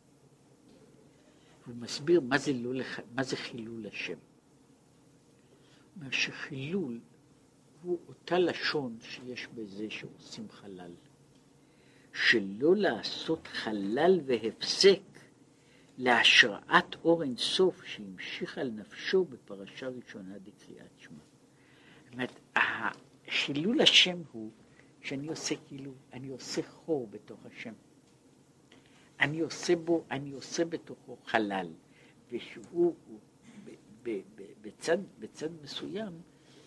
הוא מסביר מה זה חילול השם. הוא אומר שחילול הוא אותה לשון שיש בזה שעושים חלל. שלא לעשות חלל והפסק להשראת אור אין סוף שהמשיך על נפשו בפרשה ראשונה דקריאת שמע. זאת אומרת, חילול השם הוא שאני עושה אני עושה חור בתוך השם. אני עושה בתוכו חלל, ושהוא בצד מסוים,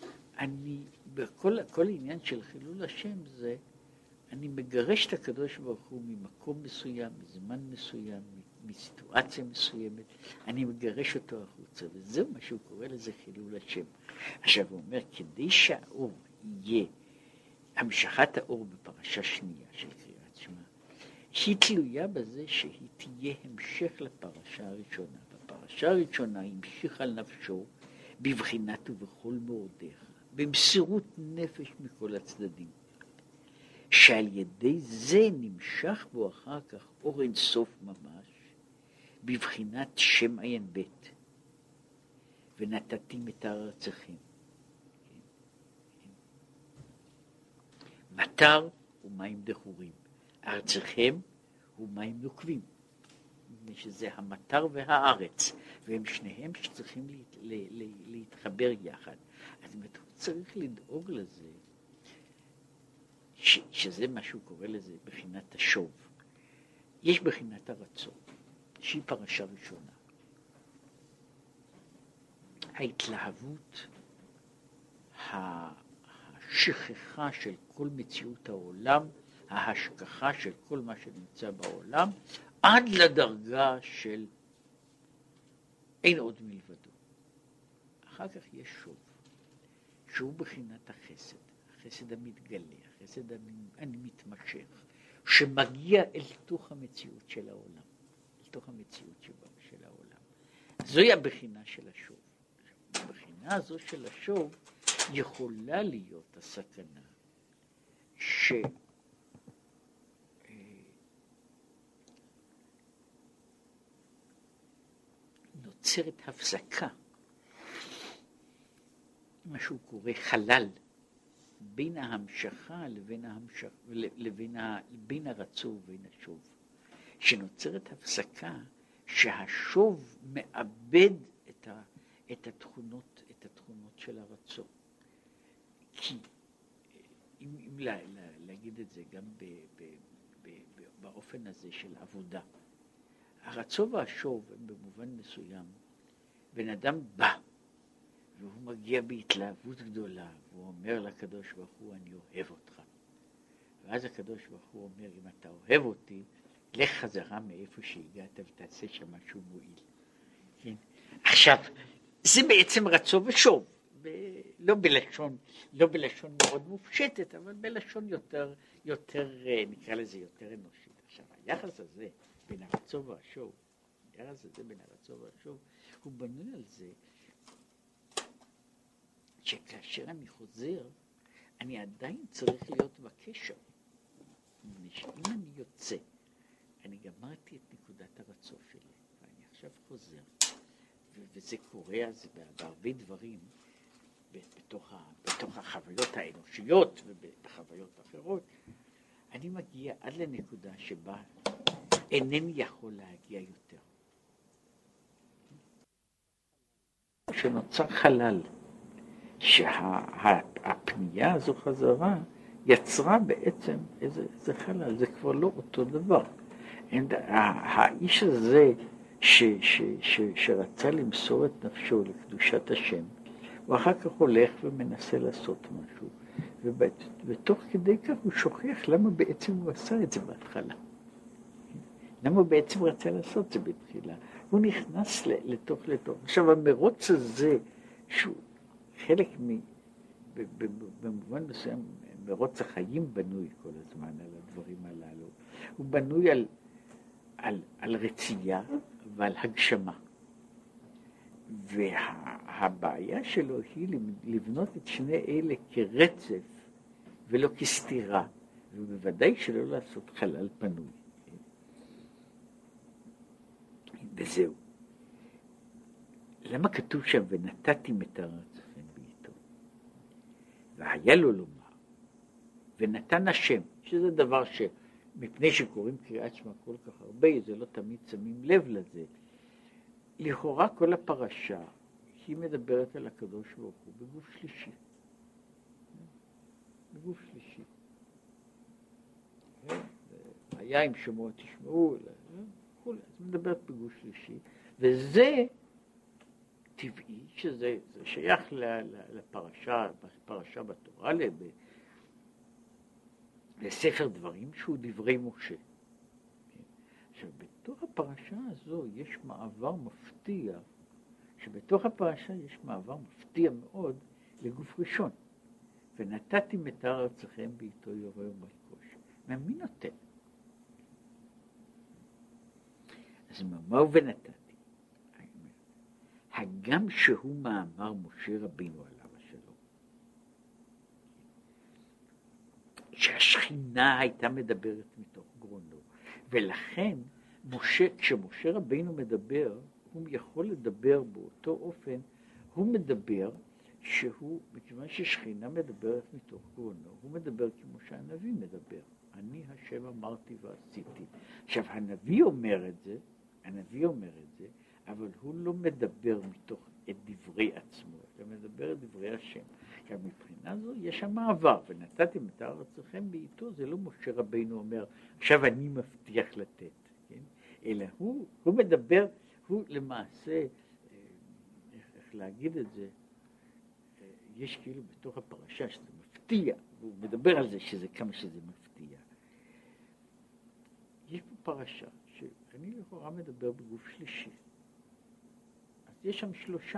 כל העניין של חילול השם זה, אני מגרש את הקדוש ברוך הוא ממקום מסוים, מזמן מסוים, מסיטואציה מסוימת, אני מגרש אותו החוצה, וזהו מה שהוא קורא לזה חילול השם. עכשיו הוא אומר, כדי שהאור יהיה, המשכת האור בפרשה שנייה של קריאת שמע, היא תלויה בזה שהיא תהיה המשך לפרשה הראשונה. בפרשה הראשונה המשיך על נפשו בבחינת ובכל מאודיך, במסירות נפש מכל הצדדים, שעל ידי זה נמשך בו אחר כך אור אין סוף ממש, בבחינת שם עין בית, ונתתי מתר ארצכם. מטר ומים דחורים, ארצכם ומים נוקבים, שזה המטר והארץ, והם שניהם שצריכים להתחבר יחד. אז הוא צריך לדאוג לזה, שזה מה שהוא קורא לזה בחינת השוב. יש בחינת הרצון, שהיא פרשה ראשונה. ההתלהבות, השכחה של כל מציאות העולם, ההשכחה של כל מה שנמצא בעולם, עד לדרגה של אין עוד מלבדו. אחר כך יש שוב, שהוא בחינת החסד, החסד המתגלה, החסד המתמשך, שמגיע אל תוך המציאות של העולם, אל תוך המציאות של העולם. זוהי הבחינה של השוב. הבחינה הזו של השוב יכולה להיות הסכנה שנוצרת הפסקה, מה שהוא קורא חלל, בין ההמשכה בין הרצוי ובין השוב, שנוצרת הפסקה שהשוב מאבד את התכונות של הרצון. כי אם להגיד את זה גם באופן הזה של עבודה, הרצון והשוב הם במובן מסוים, בן אדם בא והוא מגיע בהתלהבות גדולה והוא אומר לקדוש ברוך הוא, אני אוהב אותך, ואז הקדוש ברוך הוא אומר, אם אתה אוהב אותי, לך חזרה מאיפה שהגעת ותעשה שם משהו מועיל. כן? עכשיו, זה בעצם רצון ושוב, לא בלשון מאוד מופשטת, אבל בלשון יותר נקרא לזה יותר אנושית. עכשיו, היחס הזה בין הרצון והשוב, הוא בנוי על זה, שכאשר אני חוזר, אני עדיין צריך להיות בקשר. אם אני יוצא, אני גמרתי את נקודת הרצון שלי, ואני עכשיו חוזר, וזה קורה אז בהרבה דברים, בתוך החוויות האנושיות ובחוויות אחרות, אני מגיע עד לנקודה שבה אינני יכול להגיע יותר. שנוצר חלל, שהפנייה הזו חזרה יצרה בעצם איזה חלל, זה כבר לא אותו דבר. האיש הזה שרצה למסור את נפשו לקדושת השם, הוא אחר כך הולך ומנסה לעשות משהו, ותוך כדי כך הוא שוכח למה בעצם הוא עשה את זה בהתחלה. למה הוא בעצם רצה לעשות את זה בתחילה. הוא נכנס לתוך. עכשיו המרוץ הזה, שהוא חלק במובן מסוים, מרוץ החיים בנוי כל הזמן על הדברים הללו. הוא בנוי על רצייה ועל הגשמה. והבעיה שלו היא לבנות את שני אלה כרצף ולא כסתירה, ובוודאי שלא לעשות חלל פנוי. וזהו. למה כתוב שם ונתתי מטר ארצכם בעיתו? והיה לו לומר, ונתן השם, שזה דבר שמפני שקוראים קריאת שמע כל כך הרבה, זה לא תמיד שמים לב לזה. לכאורה כל הפרשה היא מדברת על הקדוש ברוך הוא בגוף שלישי. בגוף שלישי. היה אם שמוע תשמעו, אז מדברת בגוף שלישי, וזה טבעי שזה שייך לפרשה בתורה, לספר דברים שהוא דברי משה. עכשיו, בתוך הפרשה הזו יש מעבר מפתיע, שבתוך הפרשה יש מעבר מפתיע מאוד לגוף ראשון. ונתתי מטר ארצכם בעיתו יורה ומלקוש. מי נותן? אז מה ונתתי? הגם שהוא מאמר משה רבינו עליו השלום, שהשכינה הייתה מדברת מתוך גרונו, ולכן כשמשה רבינו מדבר, הוא יכול לדבר באותו אופן, הוא מדבר מכיוון ששכינה מדברת מתוך גרונו, הוא מדבר כמו שהנביא מדבר. אני השם אמרתי ועשיתי. עכשיו, הנביא אומר את זה, אבל הוא לא מדבר מתוך את דברי עצמו, הוא מדבר את דברי השם. עכשיו, מבחינה זו יש שם מעבר, ונתתי מטר ארצכם בעיתו, זה לא משה רבינו אומר, עכשיו אני מבטיח לתת, כן? אלא הוא מדבר, הוא למעשה, איך להגיד את זה, יש כאילו בתוך הפרשה שזה מפתיע, הוא מדבר על זה כמה שזה מפתיע. יש פה פרשה שאני לכאורה מדבר בגוף שלישי. אז יש שם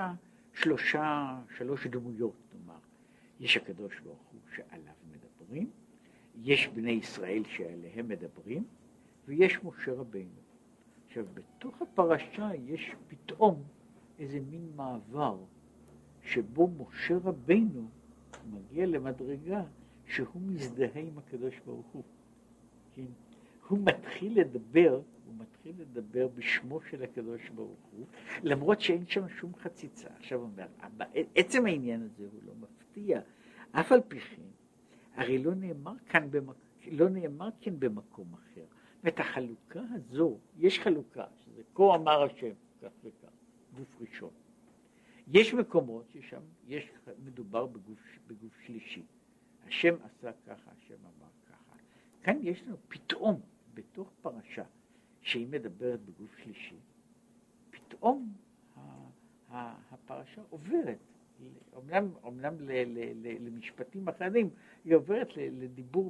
שלוש דמויות, נאמר. יש הקדוש ברוך הוא שעליו מדברים, יש בני ישראל שעליהם מדברים, ויש משה רבינו. עכשיו, בתוך הפרשה יש פתאום איזה מין מעבר, שבו משה רבינו מגיע למדרגה שהוא מזדהה עם הקדוש ברוך הוא. כן? הוא מתחיל לדבר בשמו של הקדוש ברוך הוא, למרות שאין שם שום חציצה. עכשיו הוא אומר, עצם העניין הזה הוא לא מפתיע, אף על פי כן, הרי לא נאמר כאן במקום אחר. ואת החלוקה הזו, יש חלוקה, שזה כה אמר השם, כך וכך, גוף ראשון. יש מקומות ששם מדובר בגוף שלישי. השם עשה ככה, השם אמר ככה. כאן יש לנו פתאום, בתוך פרשה, שהיא מדברת בגוף שלישי, פתאום הפרשה עוברת, אומנם למשפטים אחרים, היא עוברת לדיבור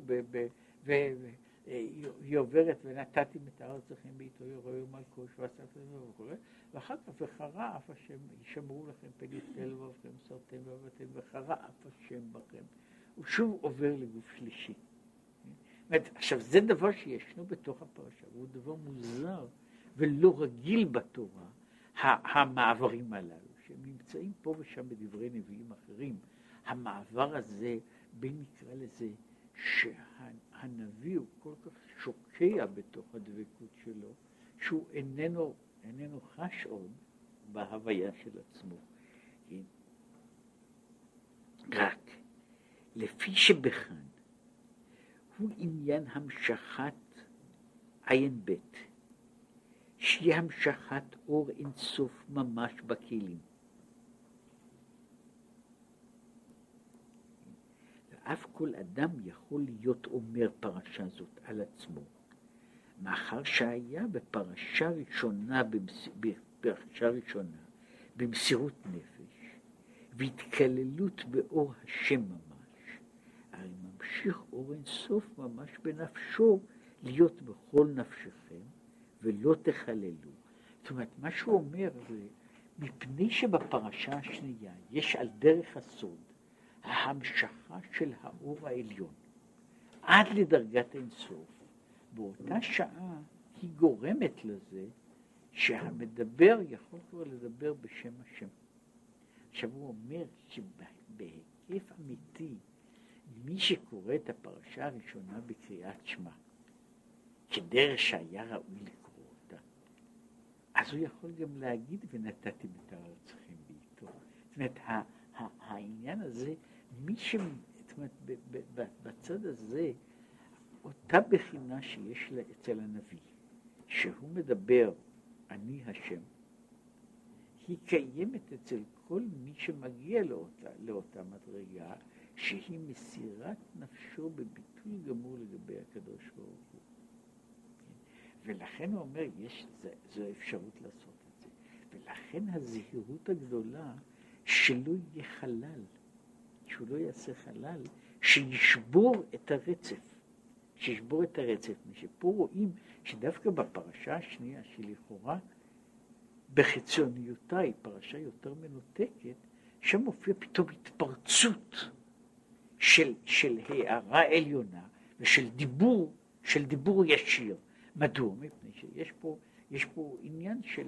היא עוברת ונתתי את הארץ לכם בעיתו ירואי ומלכוש ואסף לנו וכו', ואחר כך וחרה אף השם, ישמרו לכם פן יתפל ובכם סרתם ועבדתם וחרה אף השם בכם. הוא שוב עובר לגוף שלישי. עכשיו זה דבר שישנו בתוך הפרשה, הוא דבר מוזר ולא רגיל בתורה, המעברים הללו, שהם נמצאים פה ושם בדברי נביאים אחרים. המעבר הזה, בין נקרא לזה, שהנביא הוא כל כך שוקע בתוך הדבקות שלו, שהוא איננו חש עוד בהוויה של עצמו. רק לפי שבכאן הוא עניין המשכת עין בית, שהיא המשכת אור אינסוף ממש בכלים. ואף כל אדם יכול להיות אומר פרשה זאת על עצמו, מאחר שהיה בפרשה ראשונה במסירות נפש והתקללות באור השם ממש, הרי ממשיך אור אינסוף ממש בנפשו להיות בכל נפשכם ולא תחללו. זאת אומרת, מה שהוא אומר זה, מפני שבפרשה השנייה יש על דרך הסוד ההמשכה של האור העליון עד לדרגת אינסוף, באותה שעה היא גורמת לזה שהמדבר יכול כבר לדבר בשם השם. עכשיו הוא אומר שבהיקף אמיתי, מי שקורא את הפרשה הראשונה בקריאת שמע, כדרך שהיה ראוי לקרוא אותה, אז הוא יכול גם להגיד ונתתי את הארץ לכם בעיתו. זאת אומרת, העניין הזה, זאת אומרת, בצד הזה, אותה בחינה שיש לה אצל הנביא, שהוא מדבר, אני השם, היא קיימת אצל כל מי שמגיע לאותה מדרגה, שהיא מסירת נפשו בביטוי גמור לגבי הקדוש ברוך הוא. ולכן הוא אומר, זו אפשרות לעשות את זה. ולכן הזהירות הגדולה שלא יהיה חלל, שהוא לא יעשה חלל, שישבור את הרצף. משפה רואים שדווקא בפרשה השנייה שלכאורה בחיצוניותה היא פרשה יותר מנותקת, שם מופיע פתאום התפרצות של הערה עליונה ושל דיבור ישיר. מדוע? מפני שיש פה עניין של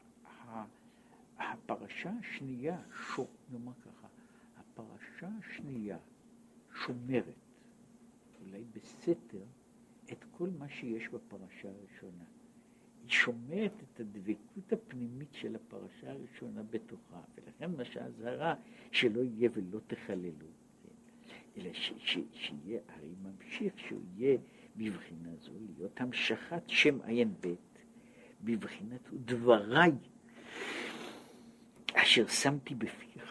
הפרשה השנייה, נאמר ככה, הפרשה השנייה שומרת, אולי בסתר, את כל מה שיש בפרשה הראשונה. היא שומרת את הדבקות הפנימית של הפרשה הראשונה בתוכה, ולכן מה שהזהרה שלא יהיה ולא תחללו, אלא שיהיה, הרי ממשיך שהוא יהיה בבחינה זו, להיות המשכת שם עין בית, בבחינת דבריי אשר שמתי בפיך.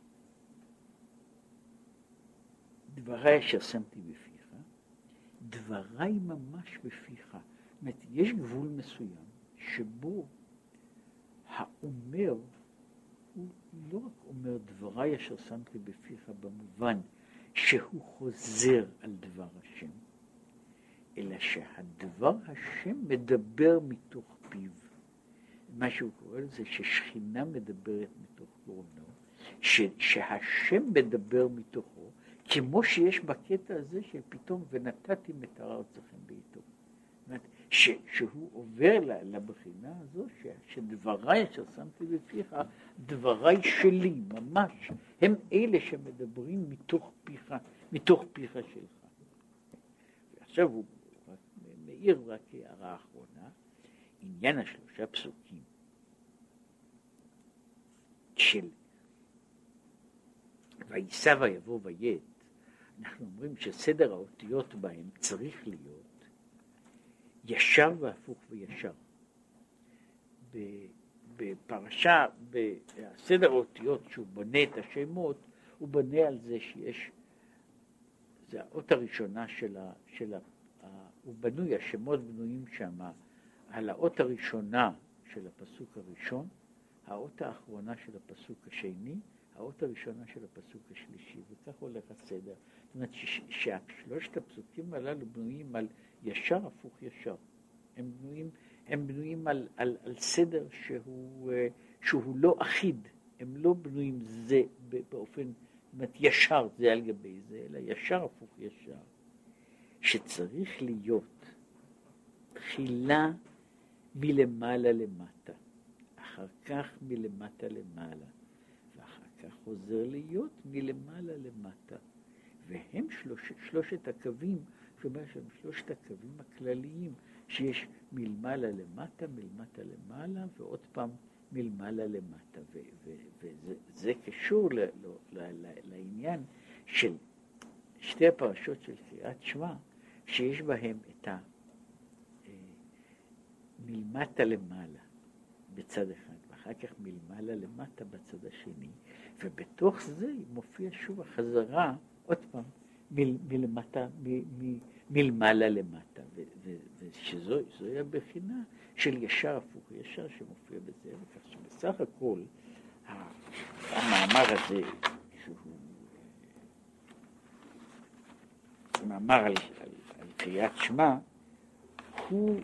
דבריי אשר שמתי בפיך, דבריי ממש בפיך. זאת אומרת, יש גבול מסוים שבו האומר הוא לא רק אומר דבריי אשר שמתי בפיך במובן שהוא חוזר על דבר השם, אלא שהדבר השם מדבר מתוך פיו. מה שהוא קורא לזה ששכינה מדברת מתוך גרונו, שהשם מדבר מתוכו, כמו שיש בקטע הזה של פתאום ונתתי את הארץ לכם בעיתו. זאת אומרת, שהוא עובר לבחינה הזו, שדבריי אשר שמתי בפיך, דבריי שלי, ממש, הם אלה שמדברים מתוך פיך שלך. ועכשיו הוא מעיר רק הערה האחרונה, עניין השלושה פסוקים של וייסע ויבוא ויט, אנחנו אומרים שסדר האותיות בהם צריך להיות ישר והפוך וישר. בפרשה, בסדר האותיות שהוא בונה את השמות, הוא בונה על זה שיש, זה האות הראשונה הוא בנוי, השמות בנויים שם על האות הראשונה של הפסוק הראשון, האות האחרונה של הפסוק השני, האות הראשונה של הפסוק השלישי, וכך הולך הסדר. זאת אומרת שהשלושת הפסוקים הללו בנויים על ישר הפוך ישר. הם בנויים על סדר שהוא לא אחיד, הם לא בנויים זה באופן, זאת אומרת ישר זה על גבי זה, אלא ישר הפוך ישר. שצריך להיות תחילה מלמעלה למטה, אחר כך מלמטה למעלה, ואחר כך חוזר להיות מלמעלה למטה. והם שלושת הקווים, שאומר שהם שלושת הקווים הכלליים, שיש מלמעלה למטה, מלמטה למעלה, ועוד פעם מלמעלה למטה. וזה קשור לעניין של שתי הפרשות של קריאת שמע, שיש בהם את מלמטה למעלה בצד אחד, ואחר כך מלמעלה למטה בצד השני, ובתוך זה מופיע שוב החזרה, עוד פעם, מלמעלה למטה, ושזוהי הבחינה של ישר הפוך ישר שמופיע בזה, וכך שבסך הכל המאמר הזה, שהוא מאמר על קריאת שמע, הוא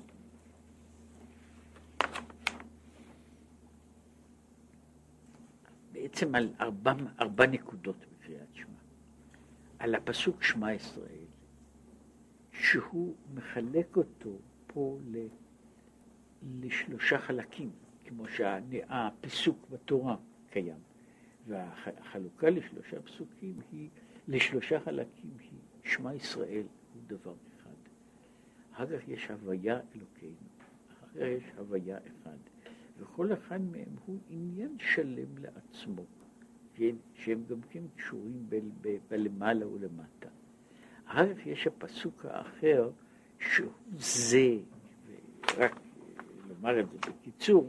בעצם על ארבע נקודות בקריאת שמע. על הפסוק שמע ישראל, שהוא מחלק אותו פה לשלושה חלקים, כמו שהפסוק בתורה קיים, והחלוקה לשלושה פסוקים היא, לשלושה חלקים היא, שמע ישראל הוא דבר אחד, אחר כך יש הוויה אלוקינו, אחר כך יש הוויה אחד, וכל אחד מהם הוא עניין שלם לעצמו, כן? שהם גם כן קשורים בלמעלה ולמטה. אחר כך יש הפסוק האחר שהוא זה, ורק לומר את זה בקיצור,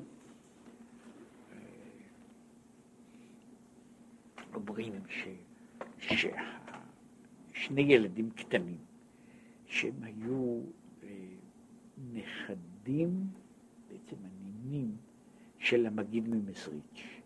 אומרים ששני ילדים קטנים שהם היו נכדים, בעצם הנינים של המגיד ממזריץ',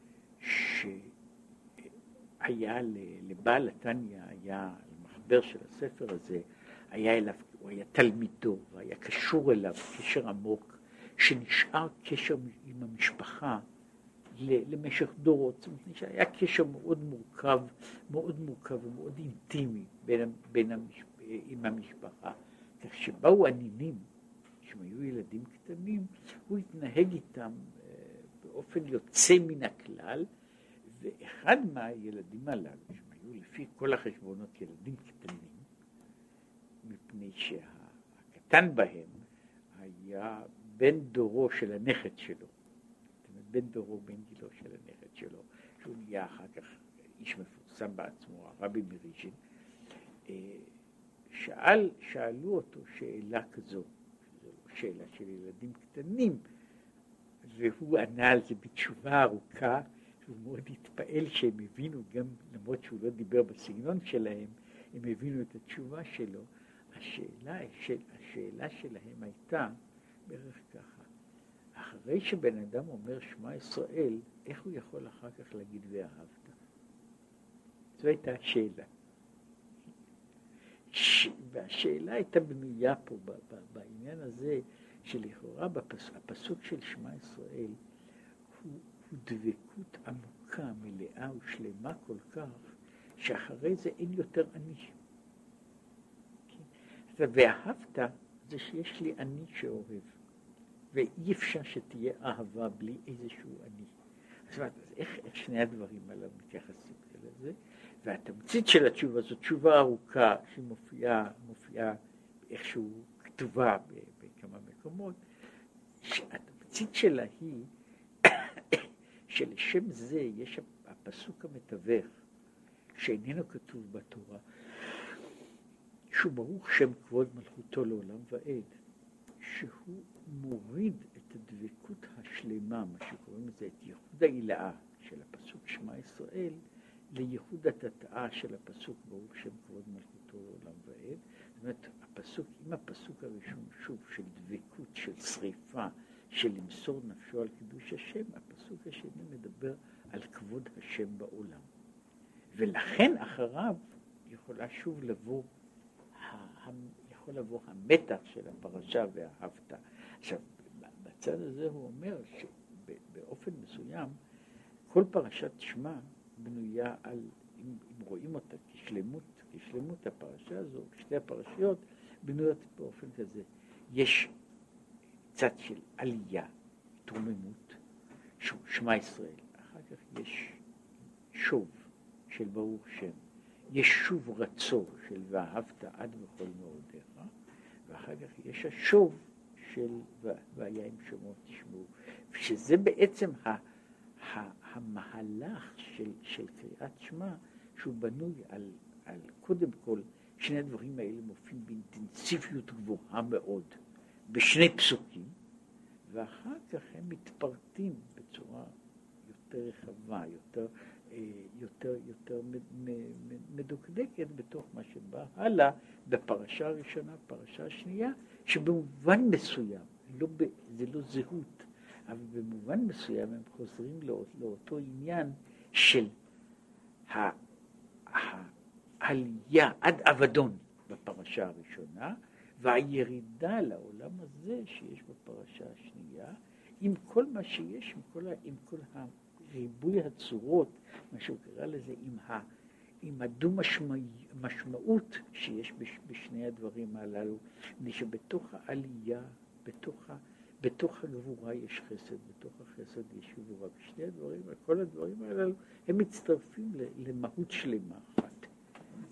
שהיה לבעל התניא, היה המחבר של הספר הזה, היה אליו, הוא היה תלמידו והיה קשור אליו קשר עמוק, שנשאר קשר עם המשפחה למשך דורות. זאת אומרת שהיה קשר מאוד מורכב ומאוד אינטימי עם המשפחה, כך שבאו הנינים שהם היו ילדים קטנים, הוא התנהג איתם באופן יוצא מן הכלל, ואחד מהילדים הללו, שהם היו לפי כל החשבונות ילדים קטנים, מפני שהקטן בהם היה בן דורו של הנכד שלו, זאת אומרת בן דורו, בן גילו של הנכד שלו, שהוא נהיה אחר כך איש מפורסם בעצמו, הרבי מריז'ין. שאלו אותו שאלה כזו, שאלה של ילדים קטנים, והוא ענה על זה בתשובה ארוכה, שהוא מאוד התפעל שהם הבינו, גם למרות שהוא לא דיבר בסגנון שלהם, הם הבינו את התשובה שלו. השאלה שלהם הייתה בערך ככה, אחרי שבן אדם אומר שמע ישראל, איך הוא יכול אחר כך להגיד ואהבת? זו הייתה השאלה. והשאלה הייתה בנויה פה בעניין הזה, שלכאורה הפסוק של שמע ישראל הוא דבקות עמוקה, מלאה ושלמה כל כך, שאחרי זה אין יותר אני. ואהבת זה שיש לי אני שאוהב, ואי אפשר שתהיה אהבה בלי איזשהו אני. זאת אומרת, איך שני הדברים האלה מתייחסים לזה? והתמצית של התשובה זו תשובה ארוכה שמופיעה איכשהו כתובה בכמה מקומות, שהתמצית שלה היא שלשם זה יש הפסוק המתווך שאיננו כתוב בתורה, שהוא ברוך שם כבוד מלכותו לעולם ועד, שהוא מוריד את הדבקות השלמה, מה שקוראים לזה, את ייחוד ההילאה של הפסוק שמע ישראל, לייחוד התתאה של הפסוק ברוך שם כבוד מלכותו לעולם ועד. זאת אומרת, הפסוק, עם הפסוק הראשון שוב של דבקות, של שריפה, של למסור נפשו על קידוש השם, הפסוק השני מדבר על כבוד השם בעולם. ולכן אחריו יכולה שוב לבוא יכול לבוא המתח של הפרשה והאהבת. עכשיו, בצד הזה הוא אומר שבאופן מסוים כל פרשת שמע בנויה על, אם רואים אותה כשלמות הפרשה הזו, שתי הפרשיות בנויות באופן כזה. יש צד של עלייה, תרוממות, שמע ישראל. אחר כך יש שוב של ברוך שם. יש שוב רצון של ואהבת עד בכל מאודיך, ואחר כך יש השוב של והיה עם שמות תשמעו, שזה בעצם המהלך של קריאת שמע, שהוא בנוי על קודם כל, שני הדברים האלה מופיעים באינטנסיביות גבוהה מאוד, בשני פסוקים, ואחר כך הם מתפרטים בצורה יותר רחבה, יותר מדוקדקת בתוך מה שבא הלאה בפרשה הראשונה, פרשה השנייה, שבמובן מסוים, זה לא זהות, אבל במובן מסוים הם חוזרים לאותו עניין של העלייה עד אבדון בפרשה הראשונה, והירידה לעולם הזה שיש בפרשה השנייה, עם כל מה שיש, עם כל ריבוי הצורות, מה שהוא קרא לזה, עם הדו-משמעות שיש בשני הדברים הללו, שבתוך העלייה, בתוך הגבורה יש חסד, בתוך החסד יש גבורה, ושני הדברים, כל הדברים הללו, הם מצטרפים למהות שלמה.